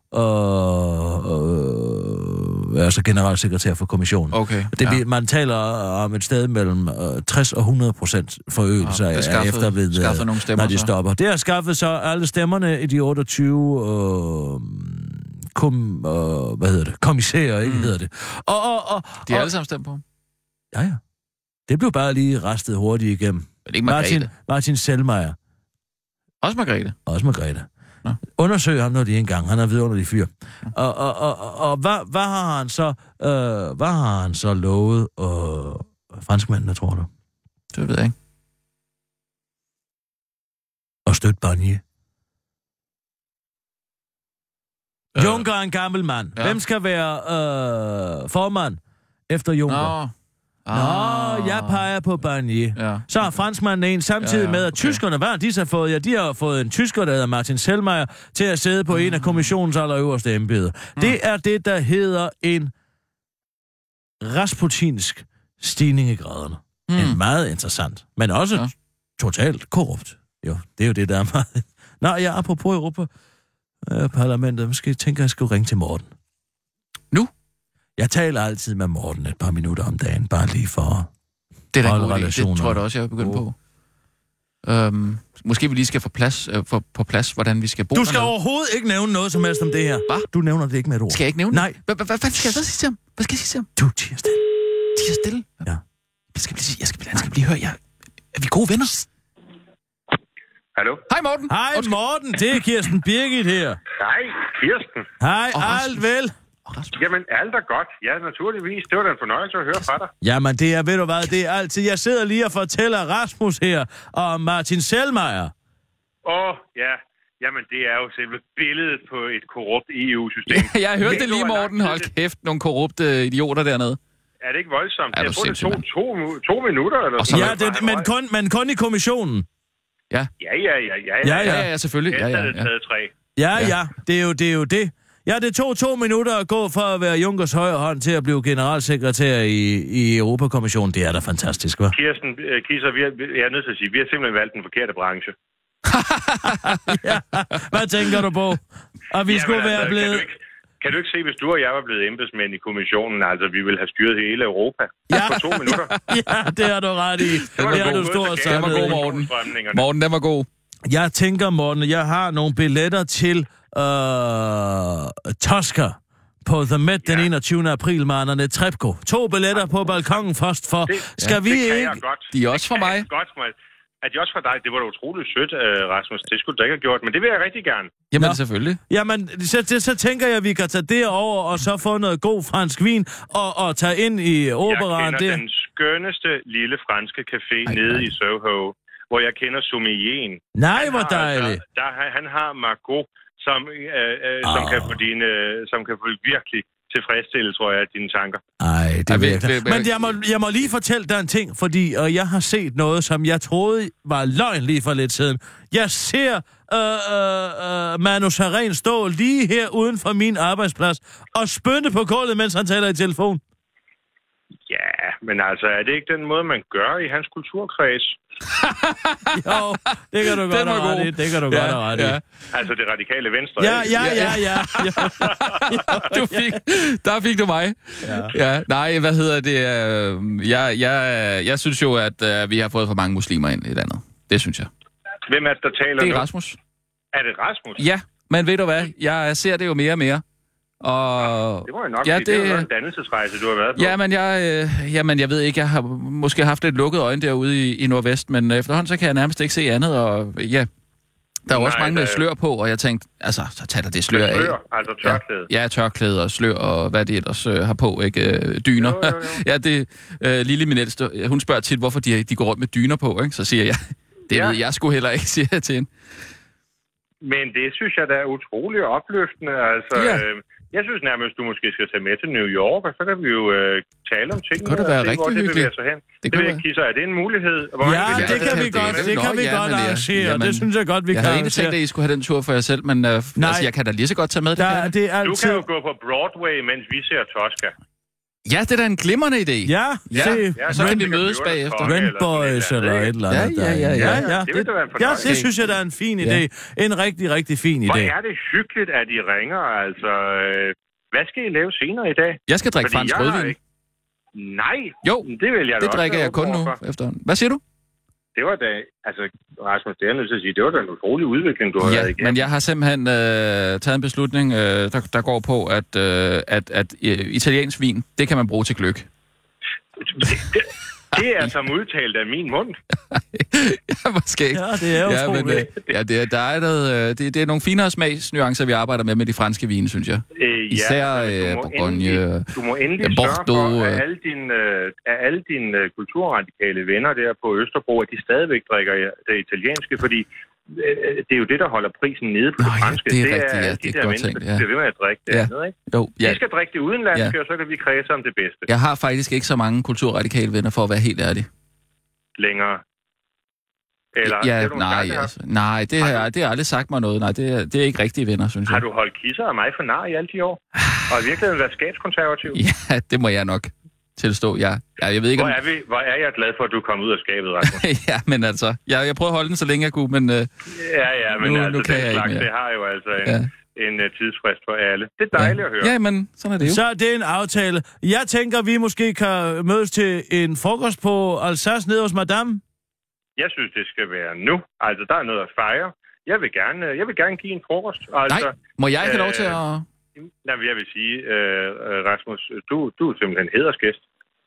øh, øh, altså generalsekretær for kommissionen. Okay, det, ja. Man taler om et sted mellem øh, tres og hundrede procent forøgelse ja, af eftervederlag, når de stopper. Det har skaffet så alle stemmerne i de otteogtyve øh, kom, øh, hvad hedder det, kommissærer, ikke mm. hedder det. Og, og, og, de er og, alle sammen stemt på? Ja, ja. Det blev bare lige restet hurtigt igennem. Men ikke Martin, Martin Selmayr. Også Margrethe? Også Margrethe. Nå. Undersøg ham, når de engang. Han er vidunderlig fyr. Ja. Og, og, og, og, og hvad, hvad har han så øh, hvad har han så lovet øh, franskmændene, tror du? Det ved jeg ikke. Og støtte Barnier. Øh. Juncker er en gammel mand. Ja. Hvem skal være øh, formand efter Juncker? Nå. Ah. Nå, jeg peger på Barnier. Ja. Så har franskmanden en, samtidig ja, ja, med, at okay. tyskerne, hvad har de så fået? Ja, de har fået en tysker, der hedder Martin Selmayr, til at sidde på mm. en af kommissionens allerøverste embeder. Mm. Det er det, der hedder en rasputinsk stigning i graderne. Mm. En meget interessant, men også ja. totalt korrupt. Jo, det er jo det, der er meget... Nå, ja, apropos Europa-parlamentet, øh, måske tænker jeg, jeg skulle ringe til Morten. Nu? Jeg taler altid med Morten et par minutter om dagen, bare lige for det er da relationer. Det tror jeg da også, jeg vil begynde oh. på. Øhm, måske vi lige skal få plads, øh, få på plads, hvordan vi skal bo. Du skal dernede. Overhovedet ikke nævne noget som helst om det her. Hvad? Du nævner det ikke med et ord. Skal jeg ikke nævne Nej. det? Hvad skal jeg så sige til ham? Hvad skal jeg sige til ham? Du, tiger stille. Tiger stille? Ja. Jeg skal lige, jeg skal, jeg skal lige høre, jeg, er vi gode venner? Hallo? Hej Morten. Hej Morten, det er Kirsten Birgit her. Hej Kirsten. Hej, oh, alt vel? Jamen, alt er godt. Ja, naturligvis. Det var da en fornøjelse at høre fra dig. Jamen, det er, ved du hvad, det er altid... Jeg sidder lige og fortæller Rasmus her om Martin Selmayr. Åh, oh, ja. Jamen, det er jo selve billedet på et korrupt E U-system. Ja, jeg hørte det lige, Morten. Hold kæft, nogle korrupte idioter dernede. Er det ikke voldsomt? Er jeg tror, det tog to, to minutter, eller sådan noget. Ja, det, men, kun, men kun i kommissionen. Ja. Ja, ja, ja, ja. Ja, ja, ja, ja selvfølgelig. Ja, ja, ja. Tre. Ja, ja, det er jo det. Er jo det. Ja, det tog to minutter at gå fra at være Junckers højre hånd til at blive generalsekretær i, i Europakommissionen. Det er da fantastisk, hva'? Kirsten, uh, Kisser, vi er, jeg er nødt til at sige, vi har simpelthen valgt den forkerte branche. Ja, hvad tænker du på? Og vi ja, skulle altså, være blevet... Kan du, ikke, kan du ikke se, hvis du og jeg var blevet embedsmænd i kommissionen, altså vi ville have styret hele Europa ja. på to minutter? Ja, det har du ret i. Det, det har du stort sagt. Den var god, Morten. Morten, den var god. Jeg tænker, Morten, jeg har nogle billetter til... Uh, Tosca på The Met ja. Den enogtyvende april med Anna Netrebko. To billetter på balkongen først for. Det, skal ja, vi det ikke? De er også for mig. Godt, at det også for dig, det var da utroligt sødt, Rasmus. Det skulle du ikke have gjort, men det vil jeg rigtig gerne. Jamen, Nå. selvfølgelig. Jamen, så, det, så tænker jeg, at vi kan tage det over, og så få noget god fransk vin, og, og tage ind i operaen. Jeg kender der. Den skønneste lille franske café Ej, nede i Soho, hvor jeg kender sommelieren. Nej, hvor dejligt. Altså, der, han har Margot, som, øh, øh, oh. som, kan få dine, som kan få virkelig tilfredsstille, tror jeg, dine tanker. Ej, det er virkelig. Men jeg må, jeg må lige fortælle dig en ting, fordi øh, jeg har set noget, som jeg troede var løgn lige for lidt siden. Jeg ser øh, øh, Manu Saren stå lige her uden for min arbejdsplads og spynde på gulvet, mens han taler i telefon. Ja, men altså, er det ikke den måde, man gør i hans kulturkreds? Jo, det kan du godt have ret i. Det kan du ja, godt have ret i. Ja. Altså det radikale venstre. Ja, ja, ja, ja. ja. Du fik, der fik du mig. Ja. Ja, nej, hvad hedder det? Jeg, jeg, jeg synes jo, at uh, vi har fået for mange muslimer ind i landet. Det synes jeg. Hvem er det, der taler nu? Det er Rasmus. Er det Rasmus? Ja, men ved du hvad? Jeg ser det jo mere og mere. Og det må jeg nok ja, sige. Det, det er jo en dannelsesrejse, du har været på. Ja, men jeg, øh, jamen, jeg ved ikke, jeg har måske haft et lukket øjne derude i, i Nordvest, men efterhånden så kan jeg nærmest ikke se andet, og ja, der er jo også mange med slør på, og jeg tænkte, altså, så tager der det slør af. Slør, altså tørklæde. Ja, ja, tørklæde og slør, og hvad det ellers øh, har på, ikke? Dyner. Jo, jo, jo. Ja, det, øh, Lille min ældste, hun spørger tit, hvorfor de, de går rundt med dyner på, ikke? Så siger jeg, det ja. ved jeg sgu heller ikke, siger jeg til hende. Men det synes jeg, der er utroligt opløftende, altså... Ja. Øh, Jeg synes nærmest, du måske skal tage med til New York, og så kan vi jo øh, tale om tingene. Det kunne da være rigtig hyggeligt. Det, hen. det, det vil jeg kigge, er det en mulighed? Hvor ja, det, det kan vi godt, det kan vi godt arrangere, og det synes jeg godt, vi jeg kan Jeg havde egentlig tænkt, at I skulle have den tur for jer selv, men øh, altså, jeg kan da lige så godt tage med det. Der, det er altid... Du kan jo gå på Broadway, mens vi ser Tosca. Ja, det er da en glimrende idé. Ja, ja. Se, ja så kan vi mødes bagefter. Rent Boys eller et eller andet. Ja, ja, ja. ja, ja. Det, det, ja, det synes jeg, der er en fin idé. En rigtig, rigtig fin idé. Hvor er det hyggeligt, at I ringer, altså... Hvad skal I lave senere i dag? Jeg skal drikke fransk rødvin. Ikke... Nej, jo, det vil jeg det drikker jeg kun nu efterhånden. Hvad siger du? Det var da, altså Rasmus, det er nødt til at sige, det var da en utrolig udvikling, du har ja, været igennem. Men jeg har simpelthen øh, taget en beslutning, øh, der, der går på, at, øh, at, at øh, italiensk vin, det kan man bruge til gløgg. Det, det, det er som udtalt af min mund. Ja, måske ikke. Ja, det er jo ja, men, øh, ja, det er, der er noget, det, det er nogle finere smagsnuancer, vi arbejder med med de franske vine, synes jeg. Øh, Især ja, øh, Bourgogne, endelig, du må endelig ja, Bordeaux, sørge for, at alle dine, øh, alle dine øh, kulturradikale venner der på Østerbro, at de stadigvæk drikker det italienske, fordi øh, det er jo det, der holder prisen nede på Nå, det franske. Ja, det er det rigtigt, ja. De det er der godt mennesker, tænkt, ja. de bliver ved med at drikke det ja. andet, ikke? Jo, ja. Vi skal drikke det udenlandske, ja. Og så kan vi kredse om det bedste. Jeg har faktisk ikke så mange kulturradikale venner, for at være helt ærlig. Længere. Eller, ja, det nej, altså, nej, det har, det har aldrig sagt mig noget. Nej, det er, det er ikke rigtige venner, synes jeg. Har du holdt kisser af mig for nar i alle de år? Og i virkeligheden været skabskonservativ? Ja, det må jeg nok tilstå, ja. ja jeg ved ikke, hvor, om... er vi, hvor er jeg glad for, at du er kommet ud af skabet, Rasmus. Ja, men altså, jeg, jeg prøver at holde den, så længe jeg kunne, men... Uh, ja, ja, men nu, altså, nu kan den jeg slags, ikke det har jo altså en, ja. en uh, tidsfrist for alle. Det er dejligt ja. at høre. Ja, men sådan er det jo. Så det er en aftale. Jeg tænker, vi måske kan mødes til en frokost på Alsace nede hos Madame. Jeg synes, det skal være nu. Altså, der er noget at fejre. Jeg vil gerne, jeg vil gerne give en frokost. Altså, nej, må jeg ikke have lov til at... Nej, jeg vil sige, uh, Rasmus, du, du er simpelthen hædersgæst.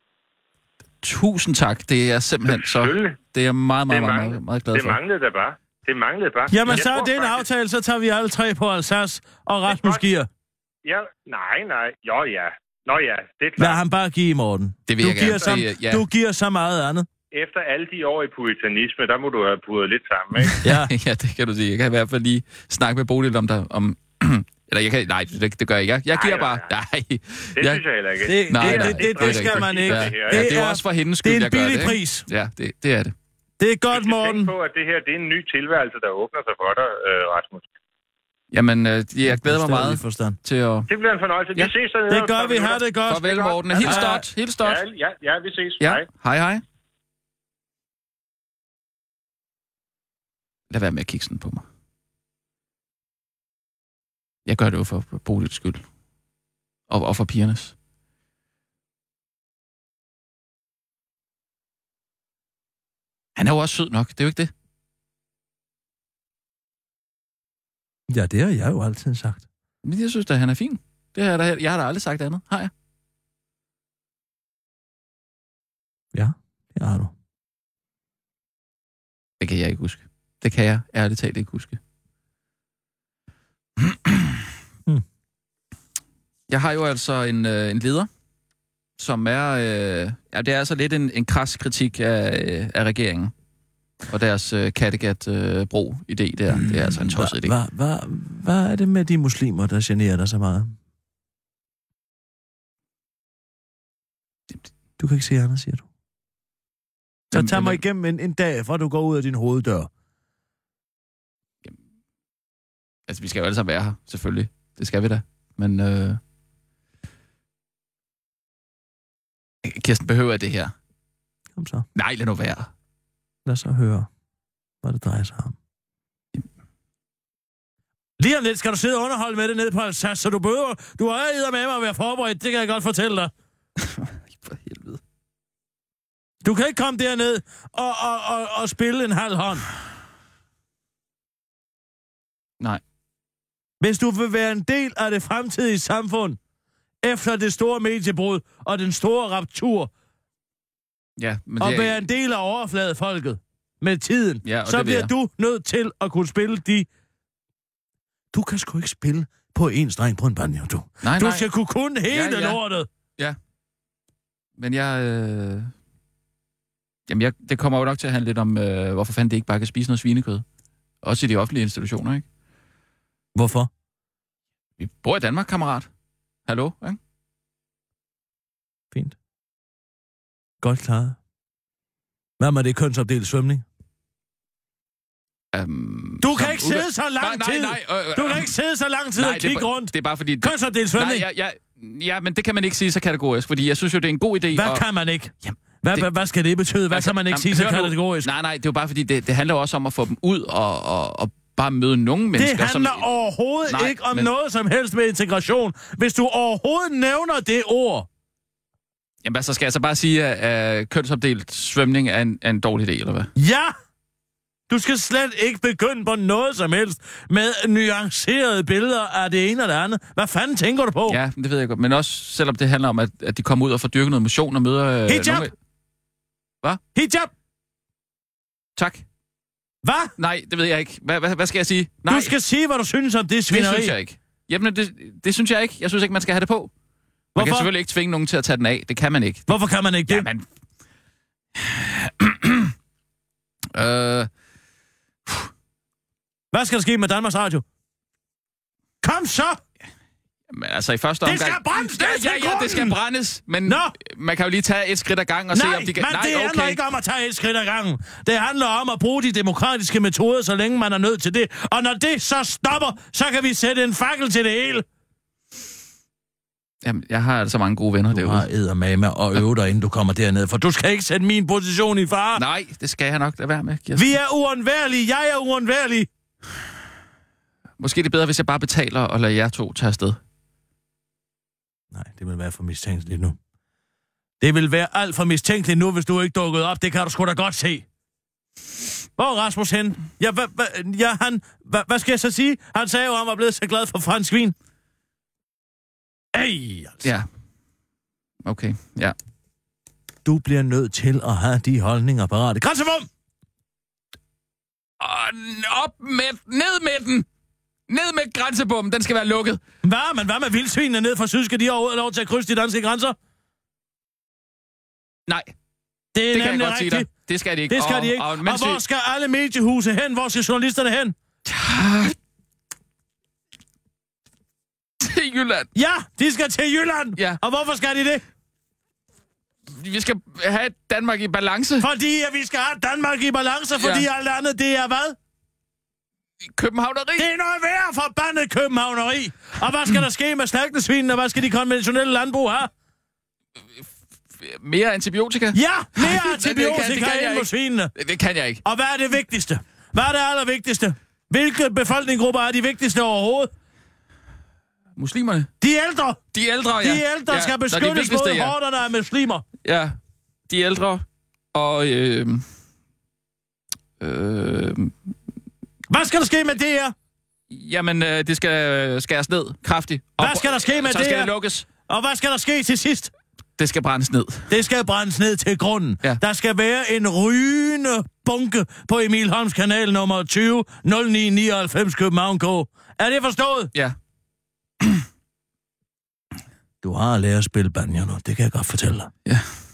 Tusind tak. Det er simpelthen så... Det er meget, meget, meget, meget, meget glad for. Det manglede der bare. Det manglede bare. Jamen, så er det en aftale, så tager vi alle tre på Alsace, og Rasmus giver. Ja, nej, nej. Jo, ja. Nå ja, det er klart. Lad ham bare give i morgen. Det vil du jeg giver gerne. Som, ja. Du giver så meget andet. Efter alle de år i puritanisme, der må du have pudret lidt sammen, ikke? ja. ja, det kan du sige. Jeg kan i hvert fald lige snakke med Bodil om der, om... Eller jeg kan... Nej, det, det gør jeg ikke. Jeg, jeg giver nej, bare... Nej, nej. Det jeg, synes jeg heller ikke. Det, nej, nej, det, det, det, det skal man ikke. Ja. Ja, det er jo også for hendes skyld, jeg gør det. Det er en billig pris. Ja, det, det er det. Det er godt, Morten. Tænk på, at det her det er en ny tilværelse, der åbner sig for dig, øh, Rasmus. Jamen, øh, jeg glæder mig meget til at... Det bliver en fornøjelse. Ja. Vi ses dernede. Det gør vi. Ha' det godt. Farvel, Morten. Helt stort. Helt stort. Ja, ja, ja, vi ses. Ja. Hej. Hej, hej. Lad være med at kigge sådan på mig. Jeg gør det jo for Bodils skyld. Og, og for pigernes. Han er jo også sød nok, det er jo ikke det? Ja, det har jeg jo altid sagt. Men jeg synes da, han er fin. Det har jeg, da, jeg har da aldrig sagt andet. Har jeg? Ja, det har du. Det kan jeg ikke huske. Det kan jeg ærligt talt ikke huske. hmm. Jeg har jo altså en, øh, en leder, som er... Øh, ja, det er altså lidt en, en kras kritik af, øh, af regeringen. Og deres øh, Kattegat-bro-idé der. Det er altså en tosset idé. Hvad hva, hva er det med de muslimer, der generer dig så meget? Du kan ikke se andre, siger du. Så Jamen, tag mig men, igennem en, en dag, for du går ud af din hoveddør. Jamen, altså, vi skal jo alle sammen være her, selvfølgelig. Det skal vi da. Men... Øh... Kirsten, behøver det her? Kom så. Nej, lad nu være. Lad os så høre, hvad det drejer sig om. Lige om lidt skal du sidde og underholde med det ned på Alsace, så du behøver... Du har æder med mig at være forberedt, det kan jeg godt fortælle dig. For helvede. Du kan ikke komme derned og, og, og, og spille en halv hånd. Nej. Hvis du vil være en del af det fremtidige samfund, efter det store mediebrud og den store raptur, ja, men og det er... være en del af overfladefolket med tiden, ja, så bliver du nødt til at kunne spille de... Du kan sgu ikke spille på en streng på en banjo, du. Nej, du nej. skal kunne kunne hele ja, ja. lortet. Ja. Men jeg... Øh... Jamen, jeg... det kommer jo nok til at handle lidt om, øh, hvorfor fanden det ikke bare kan spise noget svinekød. Også i de offentlige institutioner, ikke? Hvorfor? Vi bor i Danmark, kammerat. Hallo, ikke? Fint. Godt klaret. Hvad med det kønsopdelt svømning? Um, du kan ikke sidde så lang nej, tid. Nej, nej, øh, øh, du kan ikke sidde så lang tid nej, og kigge rundt. Det er bare fordi... Kønsopdelt svømning? Nej, ja, ja, ja, men det kan man ikke sige så kategorisk, fordi jeg synes jo, det er en god idé. Hvad og... kan man ikke? Jamen, hvad, det... hvad, hvad skal det betyde? Hvad altså, kan man ikke sige så kategorisk? Nej, nej, det er jo bare fordi, det, det handler også om at få dem ud og, og, og bare møde nogle mennesker, Det handler som... overhovedet nej, ikke om men... noget som helst med integration. Hvis du overhovedet nævner det ord... Jamen, så skal jeg så bare sige, at uh, kønsopdelt svømning er en, er en dårlig idé, eller hvad? Ja! Du skal slet ikke begynde på noget som helst med nuancerede billeder af det ene og det andet. Hvad fanden tænker du på? Ja, det ved jeg godt. Men også selvom det handler om, at, at de kommer ud og får dyrket noget motion og møder... Øh, Hijab! nogle... Hvad? Hijab! Tak. Hvad? Nej, det ved jeg ikke. Hvad, hvad, hvad skal jeg sige? Nej. Du skal sige, hvad du synes om det svineri. Det synes jeg ikke. Jamen, det, det synes jeg ikke. Jeg synes ikke, man skal have det på. Man Hvorfor? kan selvfølgelig ikke tvinge nogen til at tage den af. Det kan man ikke. Hvorfor kan man ikke det? Jamen... øh... Hvad skal der ske med Danmarks Radio? Kom så! Men altså i første omgang... Det skal brændes! Ja, ja, ja, det skal brændes. Men Nå. man kan jo lige tage et skridt ad gang og Nej, se, om de kan... Nej, men det okay. handler ikke om at tage et skridt ad gangen. Det handler om at bruge de demokratiske metoder, så længe man er nødt til det. Og når det så stopper, så kan vi sætte en fakkel til det hele. Jamen, jeg har altså mange gode venner du derude. Du har eddermame og øve dig, inden du kommer derned, for du skal ikke sætte min position i fare. Nej, det skal jeg nok lade være med. Kirsten. Vi er uundværlige. Jeg er uundværlig. Måske er det bedre, hvis jeg bare betaler og lader jer to tage afsted. Nej, det vil være for mistænkeligt nu. Det vil være alt for mistænkeligt nu, hvis du ikke dukkede op. Det kan du sgu da godt se. Hvor er Rasmus hen? Ja, hva, hva, ja han... Hva, hvad skal jeg så sige? Han sagde jo, at han var blevet så glad for fransk vin. Ej, altså. Ja. Okay, ja. Du bliver nødt til at have de holdninger parate. Grænsebom! Og op med... Ned med den! Ned med grænsebommen, den skal være lukket. Hvad? Men hvad med vildsvinene ned fra syd? Skal de overhovedet lov til at krydse de danske grænser? Nej. Det er det nemlig rigtigt. Dig. Det skal de ikke. Det skal og, de ikke. Og, og, og hvor vi... skal alle mediehuse hen? Hvor skal journalisterne hen? Til Jylland. Ja, de skal til Jylland. Ja. Og hvorfor skal de det? Vi skal have Danmark i balance. Fordi at vi skal have Danmark i balance, fordi ja. alt andet, det er hvad? Københavneri. Det er noget værre forbandet københavneri. Og hvad skal der ske med slagtesvinene, og hvad skal de konventionelle landbrug have? Mere antibiotika? Ja, mere antibiotika end mod svinene. Det, det kan jeg ikke. Og hvad er det vigtigste? Hvad er det allervigtigste? Hvilke befolkningsgrupper er de vigtigste overhovedet? Muslimerne. De ældre. De ældre, ja. De ældre ja. skal beskyttes mod ja. horderne af muslimer. Ja, de ældre. Og øh, øh, hvad skal der ske med det her? Jamen, øh, det skal skæres ned kraftigt. Hvad skal der ske med så det skal her? det lukkes. Og hvad skal der ske til sidst? Det skal brændes ned. Det skal brændes ned til grunden. Ja. Der skal være en rygende bunke på Emil Holms kanal nummer tyve nul ni nioghalvfems København K. Er det forstået? Ja. Du har lært at spille banjo nu, det kan jeg godt fortælle dig. Ja.